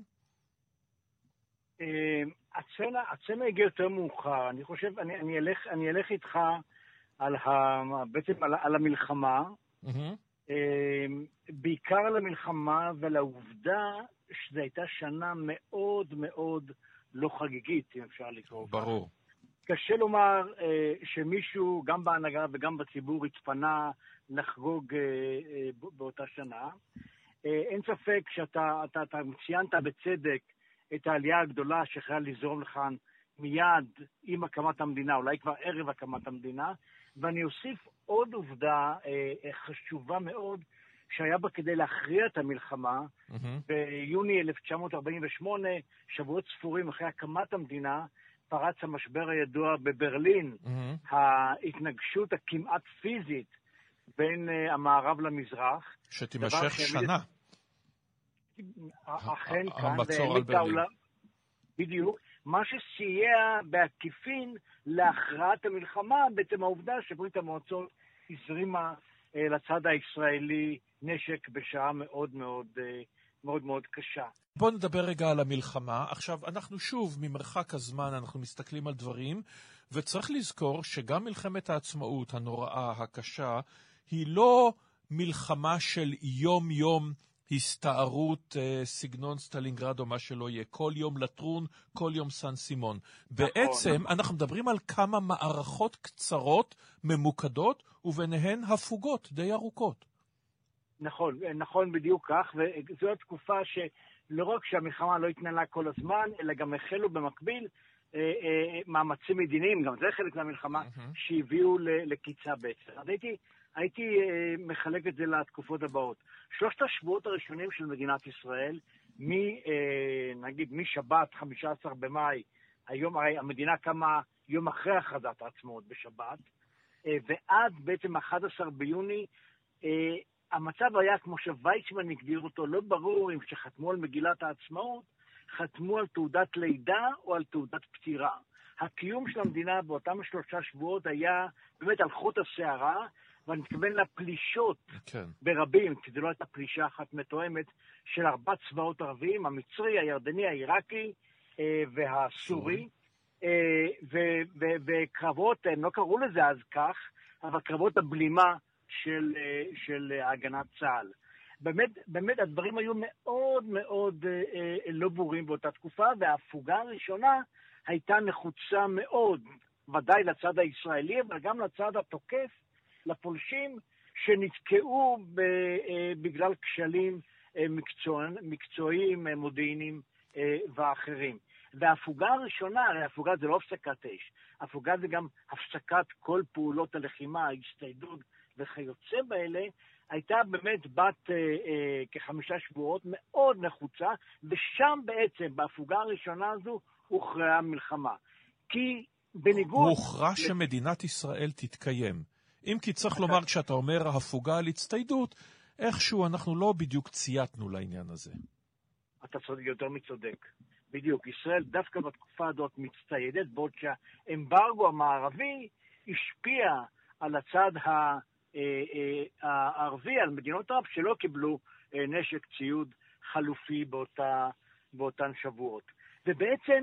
הצנע, הצנע הגיע יותר מאוחר. אני חושב, אני, אני אלך, אני אלך איתך על ה, בעצם על, על המלחמה, mm-hmm. בעיקר על המלחמה ועל שזו הייתה שנה מאוד מאוד לא חגיגית, אם אפשר לקרוא. ברור. קשה לומר אה, שמישהו, גם בהנהגה וגם בציבור, התפנה לחגוג אה, אה, באותה שנה. אה, אין ספק שאתה אתה, אתה ציינת בצדק את העלייה הגדולה שיכולה לזרום לכאן מיד עם הקמת המדינה, אולי כבר ערב הקמת המדינה, ואני אוסיף עוד עובדה אה, חשובה מאוד, שהיה בה כדי להכריע את המלחמה, mm-hmm. ביוני אלף תשע מאות ארבעים ושמונה, שבועות ספורים אחרי הקמת המדינה, פרץ המשבר הידוע בברלין, mm-hmm. ההתנגשות הכמעט פיזית בין uh, המערב למזרח. שתימשך שנה. אכן כאן. המצור על ברלין. העולם, בדיוק. מה שסייע בעקיפין להכרעת המלחמה, בעצם העובדה שברית המועצות הזרימה uh, לצד הישראלי נשק בשעה מאוד מאוד uh, מאוד מאוד קשה. בואו נדבר רגע על המלחמה. עכשיו, אנחנו שוב, ממרחק הזמן, אנחנו מסתכלים על דברים, וצריך לזכור שגם מלחמת העצמאות הנוראה, הקשה, היא לא מלחמה של יום-יום הסתערות, סגנון סטלינגרד או מה שלא יהיה. כל יום לטרון, כל יום סן סימון. בעצם, אנחנו מדברים על כמה מערכות קצרות, ממוקדות, וביניהן הפוגות די ארוכות. נכון, נכון בדיוק כך, וזו התקופה שלא רק שהמלחמה לא התנהלה כל הזמן, אלא גם החלו במקביל אה, אה, מאמצים מדיניים, גם זה חלק מהמלחמה, mm-hmm. שהביאו לקיצה בעצם. אז הייתי, הייתי אה, מחלק את זה לתקופות הבאות. שלושת השבועות הראשונים של מדינת ישראל, מ, אה, נגיד משבת, חמישה עשר במאי, היום הרי המדינה קמה יום אחרי הכרזת העצמאות בשבת, אה, ועד בעצם אחד עשר ביוני, אה, המצב היה, כמו שוויצמן הגדיר אותו, לא ברור אם שחתמו על מגילת העצמאות, חתמו על תעודת לידה או על תעודת פטירה. הקיום של המדינה באותם שלושה שבועות היה באמת על חוט השערה, ואני מתכוון לפלישות כן. ברבים, כי זו לא הייתה פלישה אחת מתואמת, של ארבע צבאות ערביים, המצרי, הירדני, העיראקי אה, והסורי, אה, וקרבות, הם לא קראו לזה אז כך, אבל קרבות הבלימה, של, של הגנת צה"ל. באמת, באמת הדברים היו מאוד מאוד אה, לא ברורים באותה תקופה, וההפוגה הראשונה הייתה נחוצה מאוד, ודאי לצד הישראלי, אבל גם לצד התוקף, לפולשים שנתקעו ב, אה, בגלל כשלים אה, מקצוע, מקצועיים, אה, מודיעיניים אה, ואחרים. וההפוגה הראשונה, הרי ההפוגה זה לא הפסקת אש, ההפוגה זה גם הפסקת כל פעולות הלחימה, ההצטיידות, וכיוצא באלה, הייתה באמת בת אה, אה, כחמישה שבועות מאוד נחוצה, ושם בעצם, בהפוגה הראשונה הזו, הוכרעה מלחמה. כי בניגוד... הוכרע שמדינת ישראל תתקיים. אם כי צריך לומר, כשאתה אומר הפוגה על הצטיידות, איכשהו אנחנו לא בדיוק צייתנו לעניין הזה. אתה צודק, יותר מצודק. בדיוק, ישראל דווקא בתקופה הזאת מצטיידת, בעוד שהאמברגו המערבי השפיע על הצד ה... הערבי, על מדינות ערב שלא קיבלו נשק ציוד חלופי באותה, באותן שבועות. ובעצם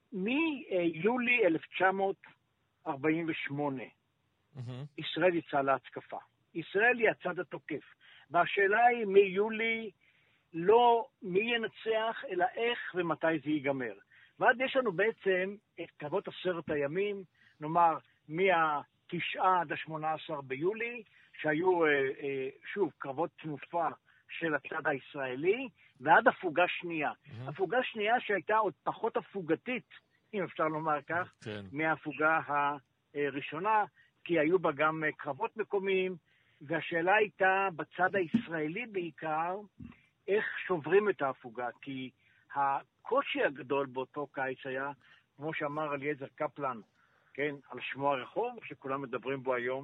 מיולי אלף תשע מאות ארבעים ושמונה mm-hmm. ישראל יצאה להתקפה. ישראל היא הצד התוקף. והשאלה היא מיולי לא מי ינצח, אלא איך ומתי זה ייגמר. ועד יש לנו בעצם את קרבות עשרת הימים, נאמר מהתשעה עד השמונה עשר ביולי, שהיו שוב קרבות תנופה של הצד הישראלי, ועד הפוגה שנייה. Mm-hmm. הפוגה שנייה שהייתה עוד פחות הפוגתית, אם אפשר לומר כך, כן. מהפוגה הראשונה, כי היו בה גם קרבות מקומיים, והשאלה הייתה בצד הישראלי בעיקר, איך שוברים את ההפוגה, כי הקושי הגדול באותו קיץ היה, כמו שאמר אליעזר קפלן, כן, על שמו הרחוב, שכולם מדברים בו היום,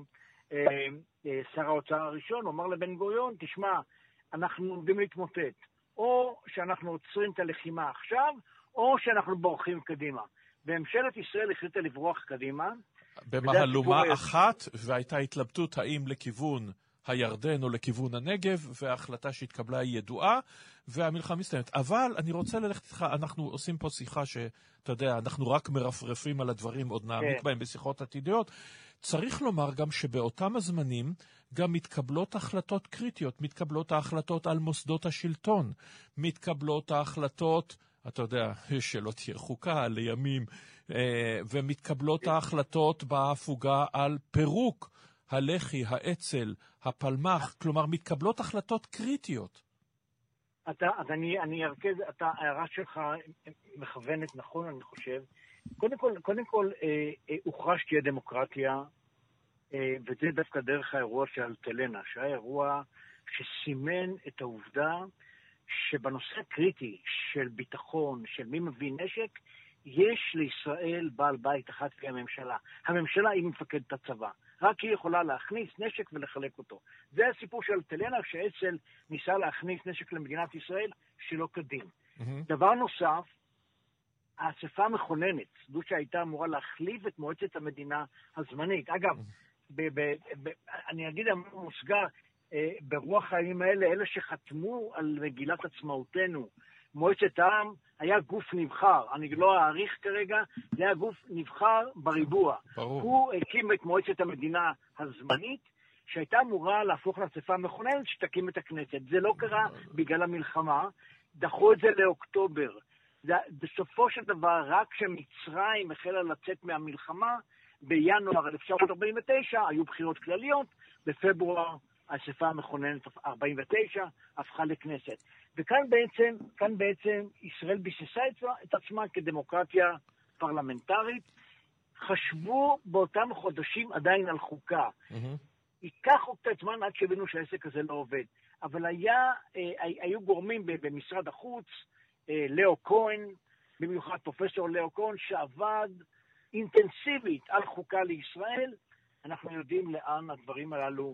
שר האוצר הראשון, הוא אמר לבן גוריון, תשמע, אנחנו עומדים להתמוטט, או שאנחנו עוצרים את הלחימה עכשיו, או שאנחנו בורחים קדימה. וממשלת ישראל החליטה לברוח קדימה. במהלומה אחת, והייתה התלבטות האם לכיוון הירדן או לכיוון הנגב, וההחלטה שהתקבלה היא ידועה, והמלחמה מסתיימת. אבל אני רוצה ללכת איתך, אנחנו עושים פה שיחה שאתה יודע, אנחנו רק מרפרפים על הדברים, עוד נעמיק בהם בשיחות עתידיות. צריך לומר גם שבאותם הזמנים גם מתקבלות החלטות קריטיות, מתקבלות ההחלטות על מוסדות השלטון, מתקבלות ההחלטות, אתה יודע, שלא תהיה חוקה לימים, ומתקבלות ההחלטות בהפוגה על פירוק הלח"י, האצ"ל, הפלמ"ח, כלומר מתקבלות החלטות קריטיות. אתה, אז אני, אני ארכז, אתה, ההערה שלך מכוונת נכון, אני חושב. קודם כל, קודם כל, אה, אה, הוכרע שתהיה דמוקרטיה, אה, וזה דווקא דרך האירוע של אלטלנה, שהיה אירוע שסימן את העובדה שבנושא הקריטי של ביטחון, של מי מביא נשק, יש לישראל בעל בית אחת כממשלה. הממשלה היא מפקדת הצבא. רק היא יכולה להכניס נשק ולחלק אותו. זה הסיפור של אלטלנה, שאצ"ל ניסה להכניס נשק למדינת ישראל שלא כדין. Mm-hmm. דבר נוסף, האספה המכוננת, זו שהייתה אמורה להחליף את מועצת המדינה הזמנית. אגב, mm-hmm. ב- ב- ב- אני אגיד מוסגר, אה, ברוח הימים האלה, אלה שחתמו על מגילת עצמאותנו, מועצת העם היה גוף נבחר, אני לא אעריך כרגע, זה היה גוף נבחר בריבוע. ברור. הוא הקים את מועצת המדינה הזמנית, שהייתה אמורה להפוך לאספה מכוננת שתקים את הכנסת. זה לא קרה בגלל המלחמה, דחו את זה לאוקטובר. זה, בסופו של דבר, רק כשמצרים החלה לצאת מהמלחמה, בינואר אלף תשע מאות ארבעים ותשע היו בחירות כלליות, בפברואר האספה המכוננת ארבעים ותשע הפכה לכנסת. וכאן בעצם, כאן בעצם ישראל ביססה את עצמה כדמוקרטיה פרלמנטרית. חשבו באותם חודשים עדיין על חוקה. Mm-hmm. ייקח קצת זמן עד שהבינו שהעסק הזה לא עובד. אבל היה, אה, היו גורמים במשרד החוץ, אה, לאו כהן, במיוחד פרופסור לאו כהן, שעבד אינטנסיבית על חוקה לישראל. אנחנו יודעים לאן הדברים הללו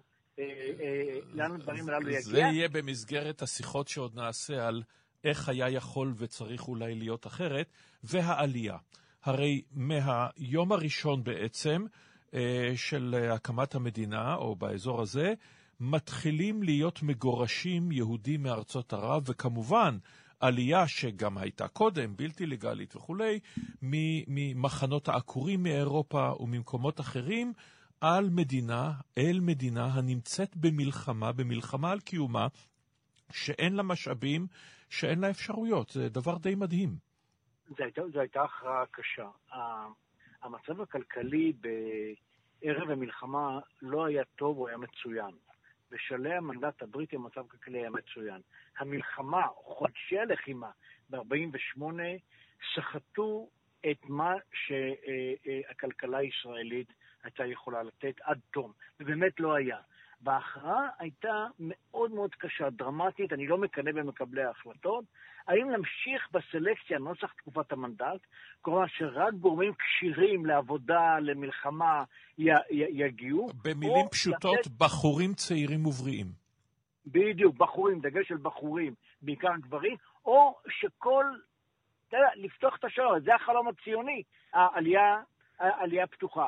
לאן הדברים הללו יגיע. זה יהיה במסגרת השיחות שעוד נעשה על איך היה יכול וצריך אולי להיות אחרת, והעלייה. הרי מהיום הראשון בעצם של הקמת המדינה, או באזור הזה, מתחילים להיות מגורשים יהודים מארצות ערב, וכמובן עלייה שגם הייתה קודם, בלתי לגלית וכולי, ממחנות העקורים מאירופה וממקומות אחרים, על מדינה, אל מדינה הנמצאת במלחמה, במלחמה על קיומה, שאין לה משאבים, שאין לה אפשרויות. זה דבר די מדהים. זו הייתה, זו הייתה הכרעה קשה. המצב הכלכלי בערב המלחמה לא היה טוב, הוא היה מצוין. בשלהי המנדט הבריטי המצב הכלכלי היה מצוין. המלחמה, חודשי הלחימה ב-ארבעים ושמונה, סחטו את מה שהכלכלה הישראלית הייתה יכולה לתת עד תום, ובאמת לא היה. וההכרעה הייתה מאוד מאוד קשה, דרמטית, אני לא מקנא במקבלי ההחלטות. האם נמשיך בסלקציה נוסח תקופת המנדט, כלומר שרק גורמים כשירים לעבודה, למלחמה, י- י- יגיעו. במילים פשוטות, לתת... בחורים צעירים ובריאים. בדיוק, בחורים, דגש של בחורים, בעיקר גברים, או שכל, אתה יודע, לפתוח את השער, זה החלום הציוני, העלייה, העלייה פתוחה.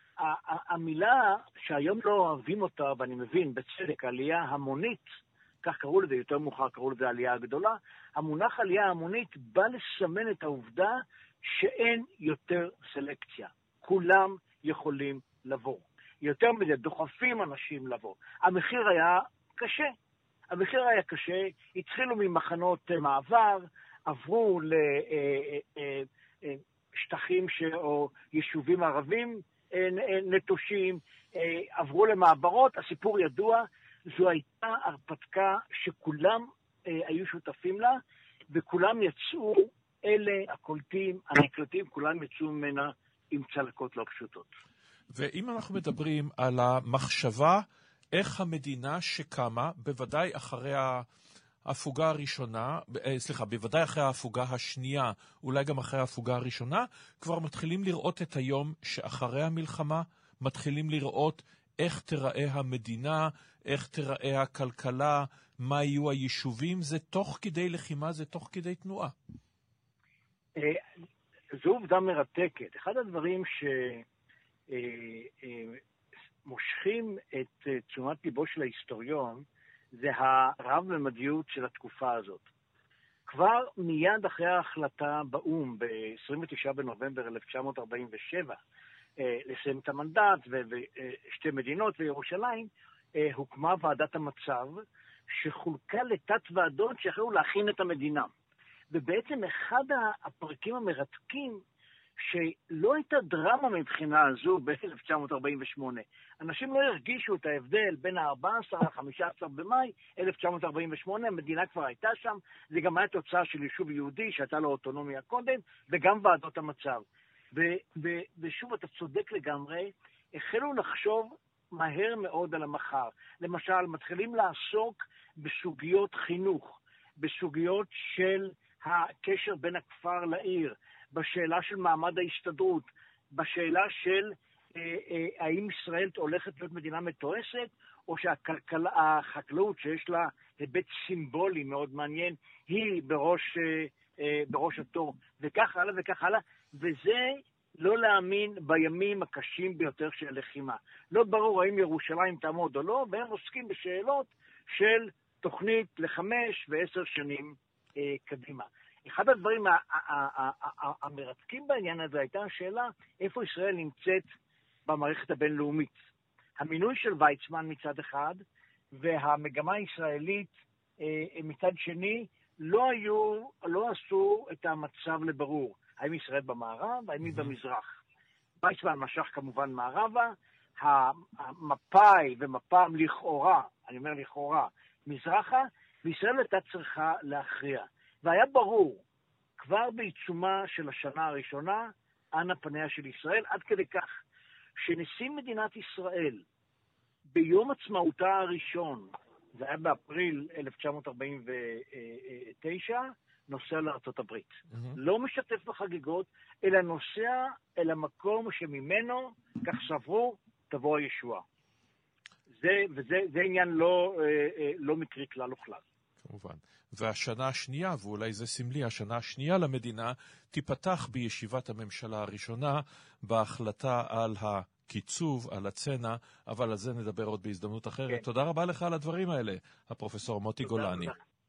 המילה שהיום לא אוהבים אותה, ואני מבין, בצדק, עלייה המונית, כך קראו לזה, יותר מאוחר קראו לזה עלייה הגדולה, המונח עלייה המונית בא לסמן את העובדה שאין יותר סלקציה. כולם יכולים לבוא. יותר מזה, דוחפים אנשים לבוא. המחיר היה קשה. המחיר היה קשה, התחילו ממחנות מעבר, עברו לשטחים או יישובים ערבים, נטושים, עברו למעברות, הסיפור ידוע, זו הייתה הרפתקה שכולם היו שותפים לה, וכולם יצאו, אלה הקולטים, הנקלטים, כולם יצאו ממנה עם צלקות לא פשוטות. ואם אנחנו מדברים על המחשבה, איך המדינה שקמה, בוודאי אחרי ההפוגה הראשונה, סליחה, בוודאי אחרי ההפוגה השנייה, אולי גם אחרי ההפוגה הראשונה, כבר מתחילים לראות את היום שאחרי המלחמה, מתחילים לראות איך תראה המדינה, איך תראה הכלכלה, מה יהיו היישובים, זה תוך כדי לחימה, זה תוך כדי תנועה. זו עובדה מרתקת. אחד הדברים שמושכים את תשומת ליבו של ההיסטוריון, זה הרב-ממדיות של התקופה הזאת. כבר מיד אחרי ההחלטה באום, ב-עשרים ותשעה בנובמבר אלף תשע מאות ארבעים ושבע, לסיים את המנדט ושתי מדינות וירושלים, הוקמה ועדת המצב, שחולקה לתת ועדות שיכולו להכין את המדינה. ובעצם אחד הפרקים המרתקים, שלא הייתה דרמה מבחינה הזו ב-אלף תשע מאות ארבעים ושמונה. אנשים לא הרגישו את ההבדל בין ה-ארבעה עשר ל-חמישה עשר במאי אלף תשע מאות ארבעים ושמונה, המדינה כבר הייתה שם, זה גם היה תוצאה של יישוב יהודי שהייתה לו אוטונומיה קודם, וגם ועדות המצב. ו- ו- ושוב, אתה צודק לגמרי, החלו לחשוב מהר מאוד על המחר. למשל, מתחילים לעסוק בסוגיות חינוך, בסוגיות של הקשר בין הכפר לעיר, בשאלה של מעמד ההסתדרות, בשאלה של אה, אה, האם ישראל הולכת להיות מדינה מתועסת, או שהחקלאות שיש לה היבט סימבולי מאוד מעניין, היא בראש, אה, אה, בראש התור, וכך הלאה וכך הלאה, וזה לא להאמין בימים הקשים ביותר של הלחימה. לא ברור האם ירושלים תעמוד או לא, והם עוסקים בשאלות של תוכנית לחמש ועשר שנים אה, קדימה. אחד הדברים המרתקים בעניין הזה הייתה השאלה איפה ישראל נמצאת במערכת הבינלאומית. המינוי של ויצמן מצד אחד, והמגמה הישראלית מצד שני, לא היו, לא עשו את המצב לברור. האם ישראל במערב, האם היא במזרח. ויצמן משך כמובן מערבה, המפא"י ומפ"ם לכאורה, אני אומר לכאורה, מזרחה, וישראל הייתה צריכה להכריע. והיה ברור, כבר בעיצומה של השנה הראשונה, אנה פניה של ישראל, עד כדי כך שנשיא מדינת ישראל, ביום עצמאותה הראשון, זה היה באפריל אלף תשע מאות ארבעים ותשע, נוסע לארצות הברית. Mm-hmm. לא משתף בחגיגות, אלא נוסע אל המקום שממנו, כך סברו, תבוא הישועה. זה, וזה, זה עניין לא, לא מקרי כלל וכלל. כמובן. והשנה השנייה, ואולי זה סמלי, השנה השנייה למדינה, תיפתח בישיבת הממשלה הראשונה, בהחלטה על הקיצוב, על הצנע, אבל על זה נדבר עוד בהזדמנות אחרת. כן. תודה רבה לך על הדברים האלה, הפרופסור מוטי גולני.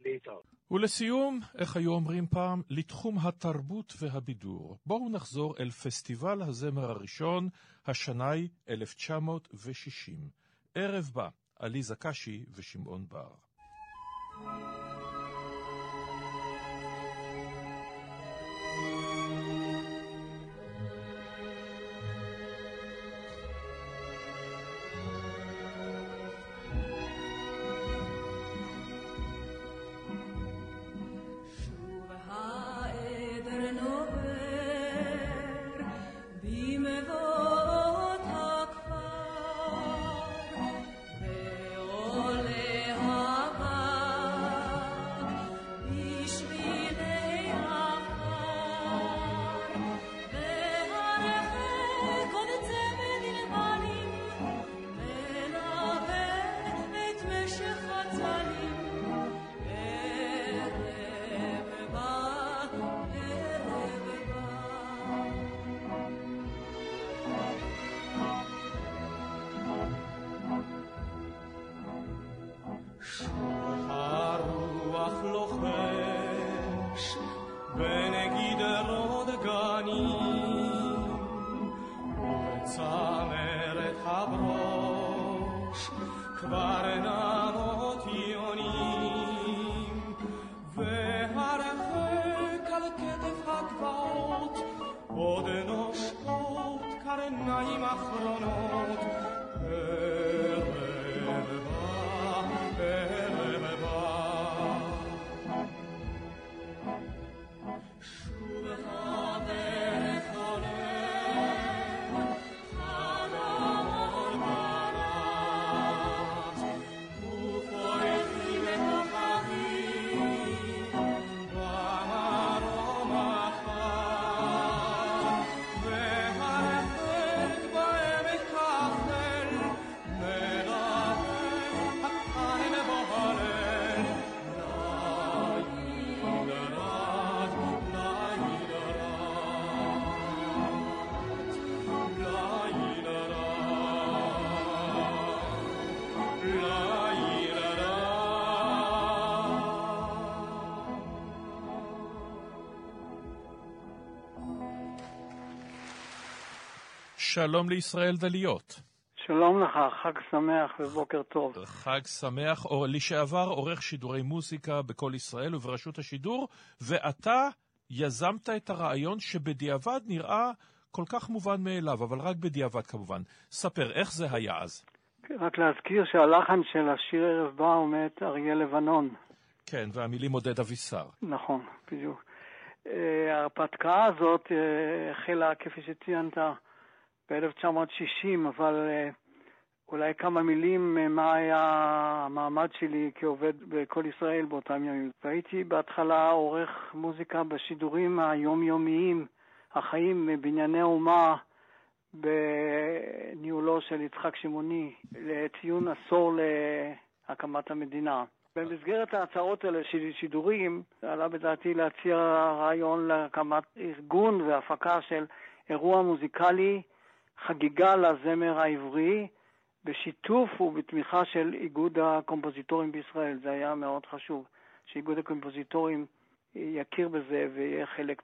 ולסיום, איך היו אומרים פעם, לתחום התרבות והבידור. בואו נחזור אל פסטיבל הזמר הראשון, השנאי אלף תשע מאות ושישים. ערב בא, עליזה קשי ושמעון בר. Thank you. שלום לישראל דליות. שלום לך, חג שמח ובוקר טוב. חג שמח, או לשעבר עורך שידורי מוזיקה בכל ישראל וברשות השידור, ואתה יזמת את הרעיון שבדיעבד נראה כל כך מובן מאליו, אבל רק בדיעבד כמובן. ספר, איך זה היה אז? רק להזכיר שהלחן של השיר ערב בא הוא מאת אריה לבנון. כן, והמילים עודד אבישר. נכון, בדיוק. ההרפתקה הזאת החלה, כפי שציינת, ב-אלף תשע מאות שישים, אבל אולי כמה מילים מה היה המעמד שלי כעובד בכל ישראל באותם ימים. והייתי בהתחלה עורך מוזיקה בשידורים היומיומיים, החיים בבנייני אומה, בניהולו של יצחק שמעוני, לציון עשור להקמת המדינה. במסגרת ההצעות האלה של שידורים, עלה בדעתי להציע רעיון להקמת ארגון והפקה של אירוע מוזיקלי, חגיגה לזמר העברי, בשיתוף ובתמיכה של איגוד הקומפוזיטורים בישראל. זה היה מאוד חשוב, שאיגוד הקומפוזיטורים יכיר בזה ויהיה חלק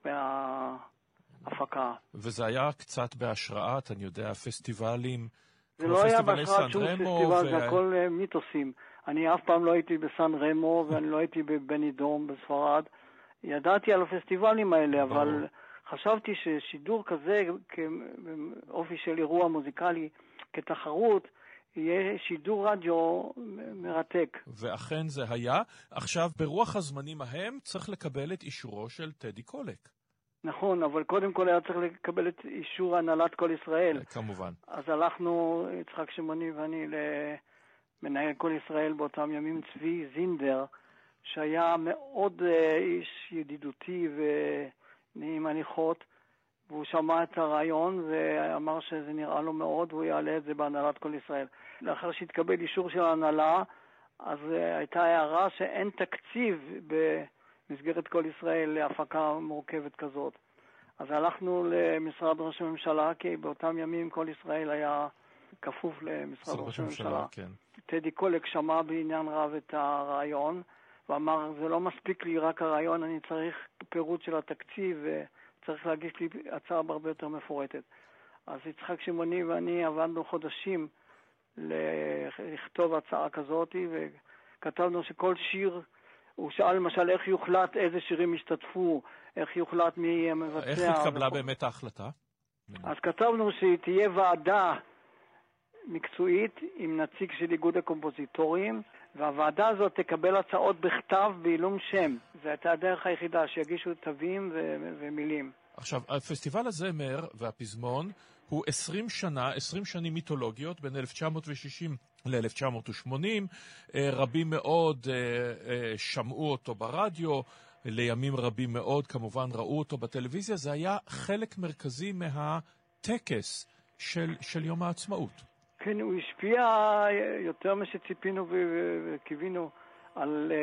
מההפקה. וזה היה קצת בהשראת, אני יודע, פסטיבלים, זה לא היה בהשראת שום פסטיבל, זה הכל מיתוסים. אני אף פעם לא הייתי בסן רמו, ואני לא הייתי בבנידום בספרד. ידעתי על הפסטיבלים האלה, אבל חשבתי ששידור כזה, כאופי של אירוע מוזיקלי, כתחרות, יהיה שידור רדיו מרתק. ואכן זה היה. עכשיו, ברוח הזמנים ההם, צריך לקבל את אישורו של טדי קולק. נכון, אבל קודם כל היה צריך לקבל את אישור הנהלת כל ישראל. כמובן. אז הלכנו, יצחק שמעוני ואני, למנהל כל ישראל באותם ימים, צבי זינדר, שהיה מאוד איש ידידותי ונעים הליכות, והוא שמע את הרעיון ואמר שזה נראה לו מאוד, והוא יעלה את זה בהנהלת כל ישראל. לאחר שהתקבל אישור של ההנהלה, אז הייתה הערה שאין תקציב במסגרת כל ישראל להפקה מורכבת כזאת. אז הלכנו למשרד ראש הממשלה, כי באותם ימים כל ישראל היה כפוף למשרד ראש הממשלה. כן. טדי קולק שמע בעניין רב את הרעיון, ואמר, זה לא מספיק לי רק הרעיון, אני צריך פירוט של התקציב, וצריך להגיש לי הצעה הרבה יותר מפורטת. אז יצחק שמעוני ואני עבדנו חודשים לכתוב הצעה כזאת, וכתבנו שכל שיר, הוא שאל למשל איך יוחלט, איזה שירים ישתתפו, איך יוחלט מי המבצע. איך התקבלה וכו... באמת ההחלטה? אז כתבנו שתהיה ועדה מקצועית עם נציג של איגוד הקומפוזיטורים, והוועדה הזאת תקבל הצעות בכתב בעילום שם. זו הייתה הדרך היחידה, שיגישו תווים ו- ומילים. עכשיו, הפסטיבל הזמר והפזמון הוא עשרים שנה, עשרים שנים מיתולוגיות, בין אלף תשע מאות ושישים ל-אלף תשע מאות ושמונים. רבים מאוד שמעו אותו ברדיו, לימים רבים מאוד כמובן ראו אותו בטלוויזיה. זה היה חלק מרכזי מהטקס של, של יום העצמאות. כן, הוא השפיע יותר משציפינו וקיווינו על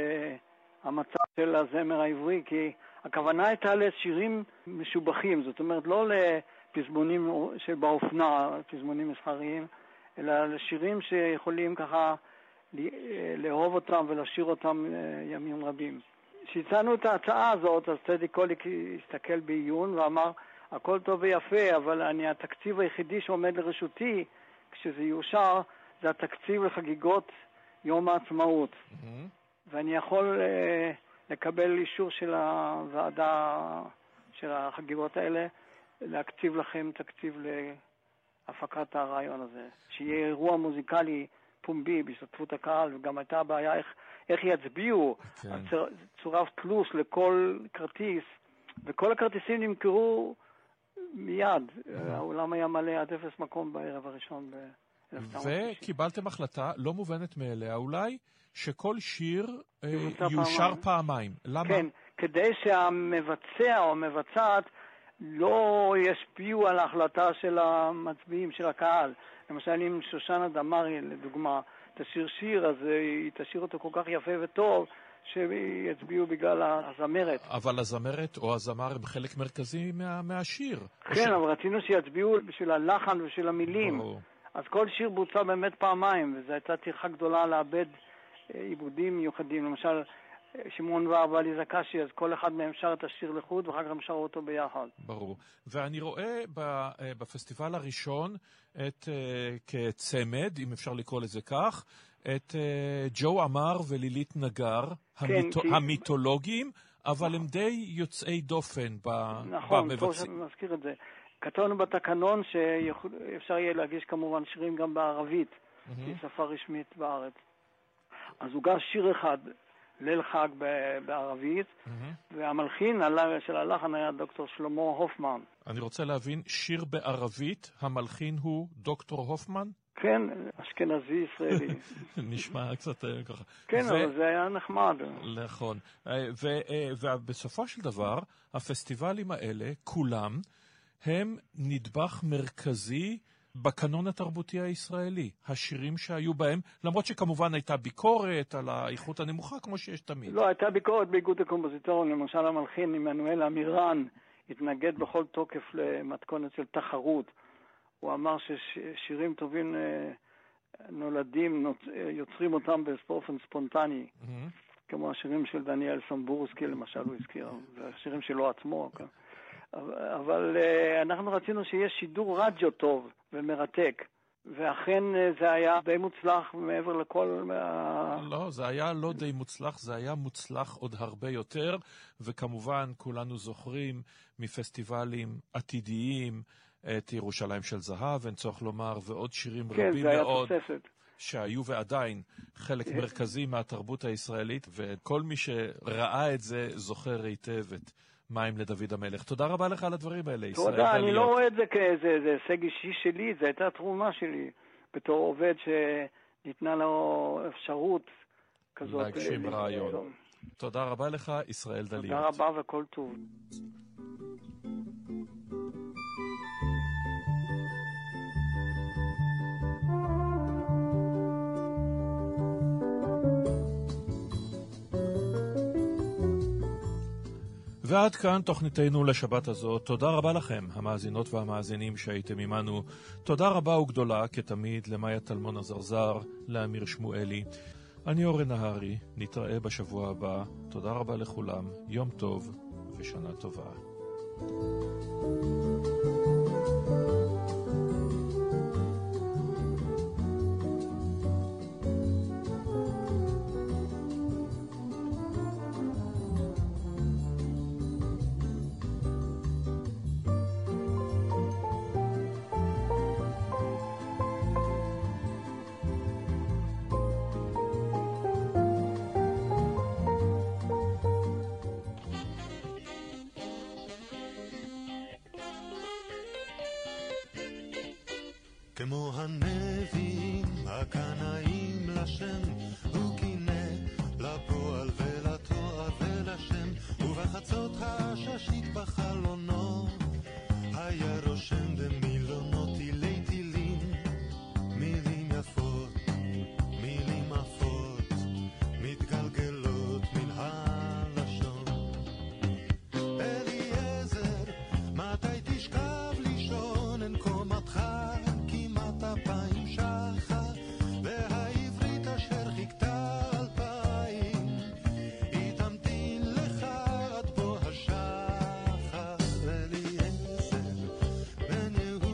uh, המצב של הזמר העברי, כי הכוונה הייתה לשירים משובחים, זאת אומרת לא לפזמונים שבאופנה, פזמונים מסחריים, אלא לשירים שיכולים ככה לאהוב אותם ולשיר אותם uh, ימים רבים. כשהצענו את ההצעה הזאת, אז טדי קולק הסתכל בעיון ואמר, הכל טוב ויפה, אבל אני התקציב היחידי שעומד לרשותי, כשזה יאושר, זה התקציב לחגיגות יום העצמאות. Mm-hmm. ואני יכול uh, לקבל אישור של הוועדה של החגיגות האלה, להקציב לכם תקציב להפקת הרעיון הזה. שיהיה אירוע מוזיקלי פומבי בהשתתפות הקהל, וגם הייתה הבעיה איך, איך יצביעו. Okay. צורף תלוש לכל כרטיס, וכל הכרטיסים נמכרו מיד. העולם היה מלא עד אפס מקום בערב הראשון ב-אלף תשע מאות שישים. וקיבלתם החלטה לא מובנת מאליה אולי, שכל שיר יושר פעמיים. למה? כן, כדי שהמבצע או המבצעת לא ישפיעו על ההחלטה של המצביעים, של הקהל. למשל, אם שושנה דמארי, לדוגמה, תשיר שיר, אז היא תשיר אותו כל כך יפה וטוב, שיצביעו בגלל הזמרת. אבל הזמרת או הזמר הם חלק מרכזי מה, מהשיר. כן, ש... אבל רצינו שיצביעו בשביל הלחן ושל המילים. או... אז כל שיר בוצע באמת פעמיים, וזו הייתה טרחה גדולה לאבד עיבודים מיוחדים. למשל, שמעון ועליזה קשי, אז כל אחד מהם שר את השיר לחוד, ואחר כך הם שרו אותו ביחד. ברור. ואני רואה בפסטיבל הראשון את, כצמד, אם אפשר לקרוא לזה כך, את ג'ו אמר ולילית נגר, כן, המיתו, כי... המיתולוגיים, אבל נכון. הם די יוצאי דופן במבצעים. נכון, טוב שאני מזכיר את זה. כתבנו בתקנון שאפשר יהיה להגיש כמובן שירים גם בערבית, mm-hmm. שהיא שפה רשמית בארץ. אז הוגש שיר אחד, ליל חג בערבית, mm-hmm. והמלחין של הלחן היה דוקטור שלמה הופמן. אני רוצה להבין, שיר בערבית, המלחין הוא דוקטור הופמן? כן, אשכנזי ישראלי. נשמע קצת ככה. כן, אבל זה היה נחמד. נכון. ובסופו של דבר, הפסטיבלים האלה, כולם, הם נדבך מרכזי בקנון התרבותי הישראלי. השירים שהיו בהם, למרות שכמובן הייתה ביקורת על האיכות הנמוכה, כמו שיש תמיד. לא, הייתה ביקורת באיגוד הקומפוזיטורים. למשל המלחין עמנואל אמירן התנגד בכל תוקף למתכונת של תחרות. הוא אמר ששירים טובים נולדים, יוצרים אותם באופן ספונטני, mm-hmm. כמו השירים של דניאל סומבורסקי, למשל, הוא הזכיר, והשירים שלו עצמו. אבל אנחנו רצינו שיש שידור רדיו טוב ומרתק, ואכן זה היה די מוצלח מעבר לכל... לא, זה היה לא די מוצלח, זה היה מוצלח עוד הרבה יותר, וכמובן כולנו זוכרים מפסטיבלים עתידיים, את ירושלים של זהב, אין צורך לומר, ועוד שירים כן, רבים מאוד, תוספת. שהיו ועדיין חלק מרכזי מהתרבות הישראלית, וכל מי שראה את זה זוכר היטב את מים לדוד המלך. תודה רבה לך על הדברים האלה. תודה, אני לא רואה את זה כאיזה הישג אישי שלי, זה הייתה תרומה שלי, בתור עובד שניתנה לו אפשרות כזאת. להגשים רעיון. תודה רבה לך, ישראל דליות. תודה רבה וכל טוב. ועד כאן תוכניתנו לשבת הזאת. תודה רבה לכם, המאזינות והמאזינים שהייתם עמנו. תודה רבה וגדולה, כתמיד, למאיה טלמון הזרזר, לאמיר שמואלי. אני אורן נהרי, נתראה בשבוע הבא. תודה רבה לכולם, יום טוב ושנה טובה. כמו הנביאים הקנאים לשם, הוא קינה לפועל ולתואר ולשם, ובחצות הששית בחלונו היה רושם במילונות תילי תילים, מילים יפות, מילים עפות, מתגלגלות מן הלשון. אליעזר, מתי תשכב לישון, אין קומתך אלפיים שחר, והעברית אשר חיכתה אלפיים, היא תמתין לך עד בוא השחר. אליעזר בן יהודה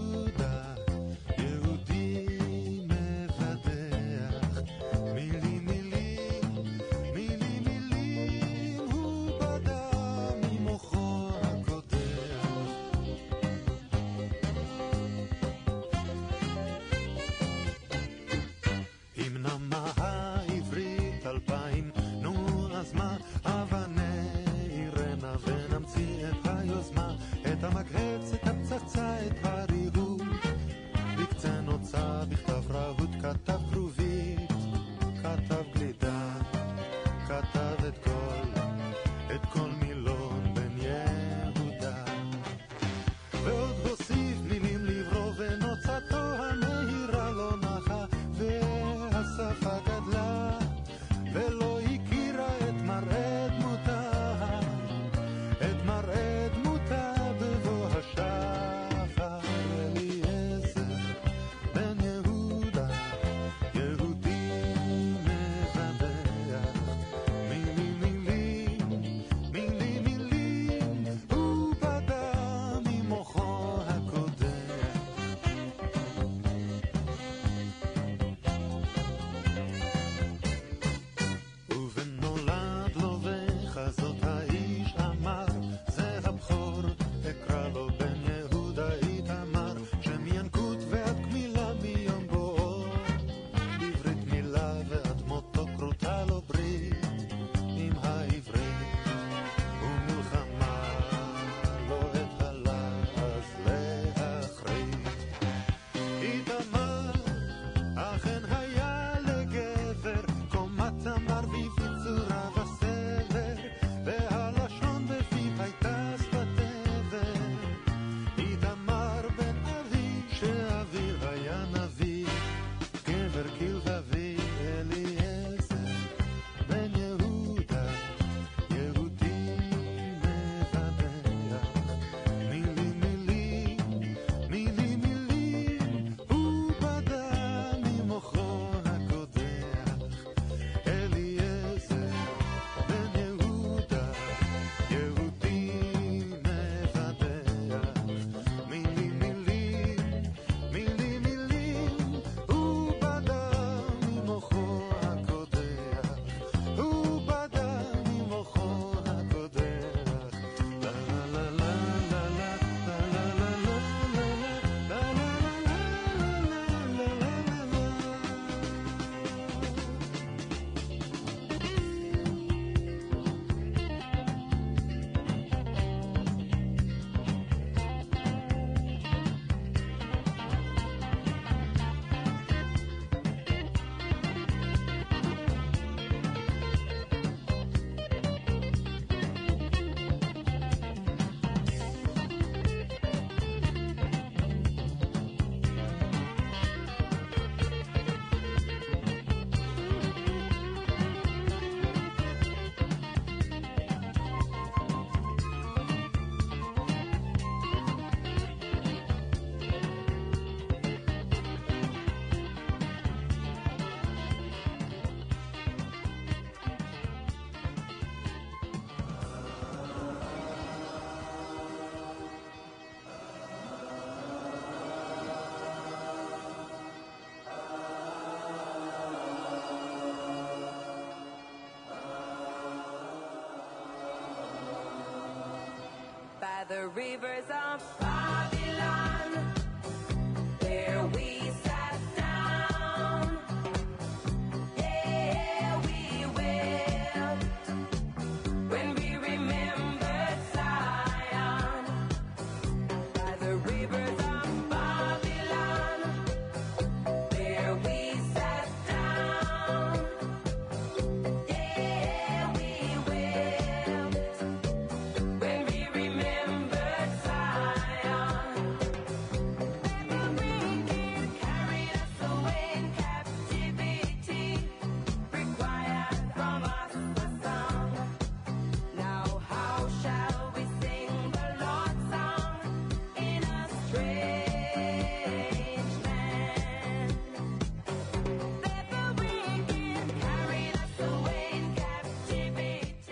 the rivers of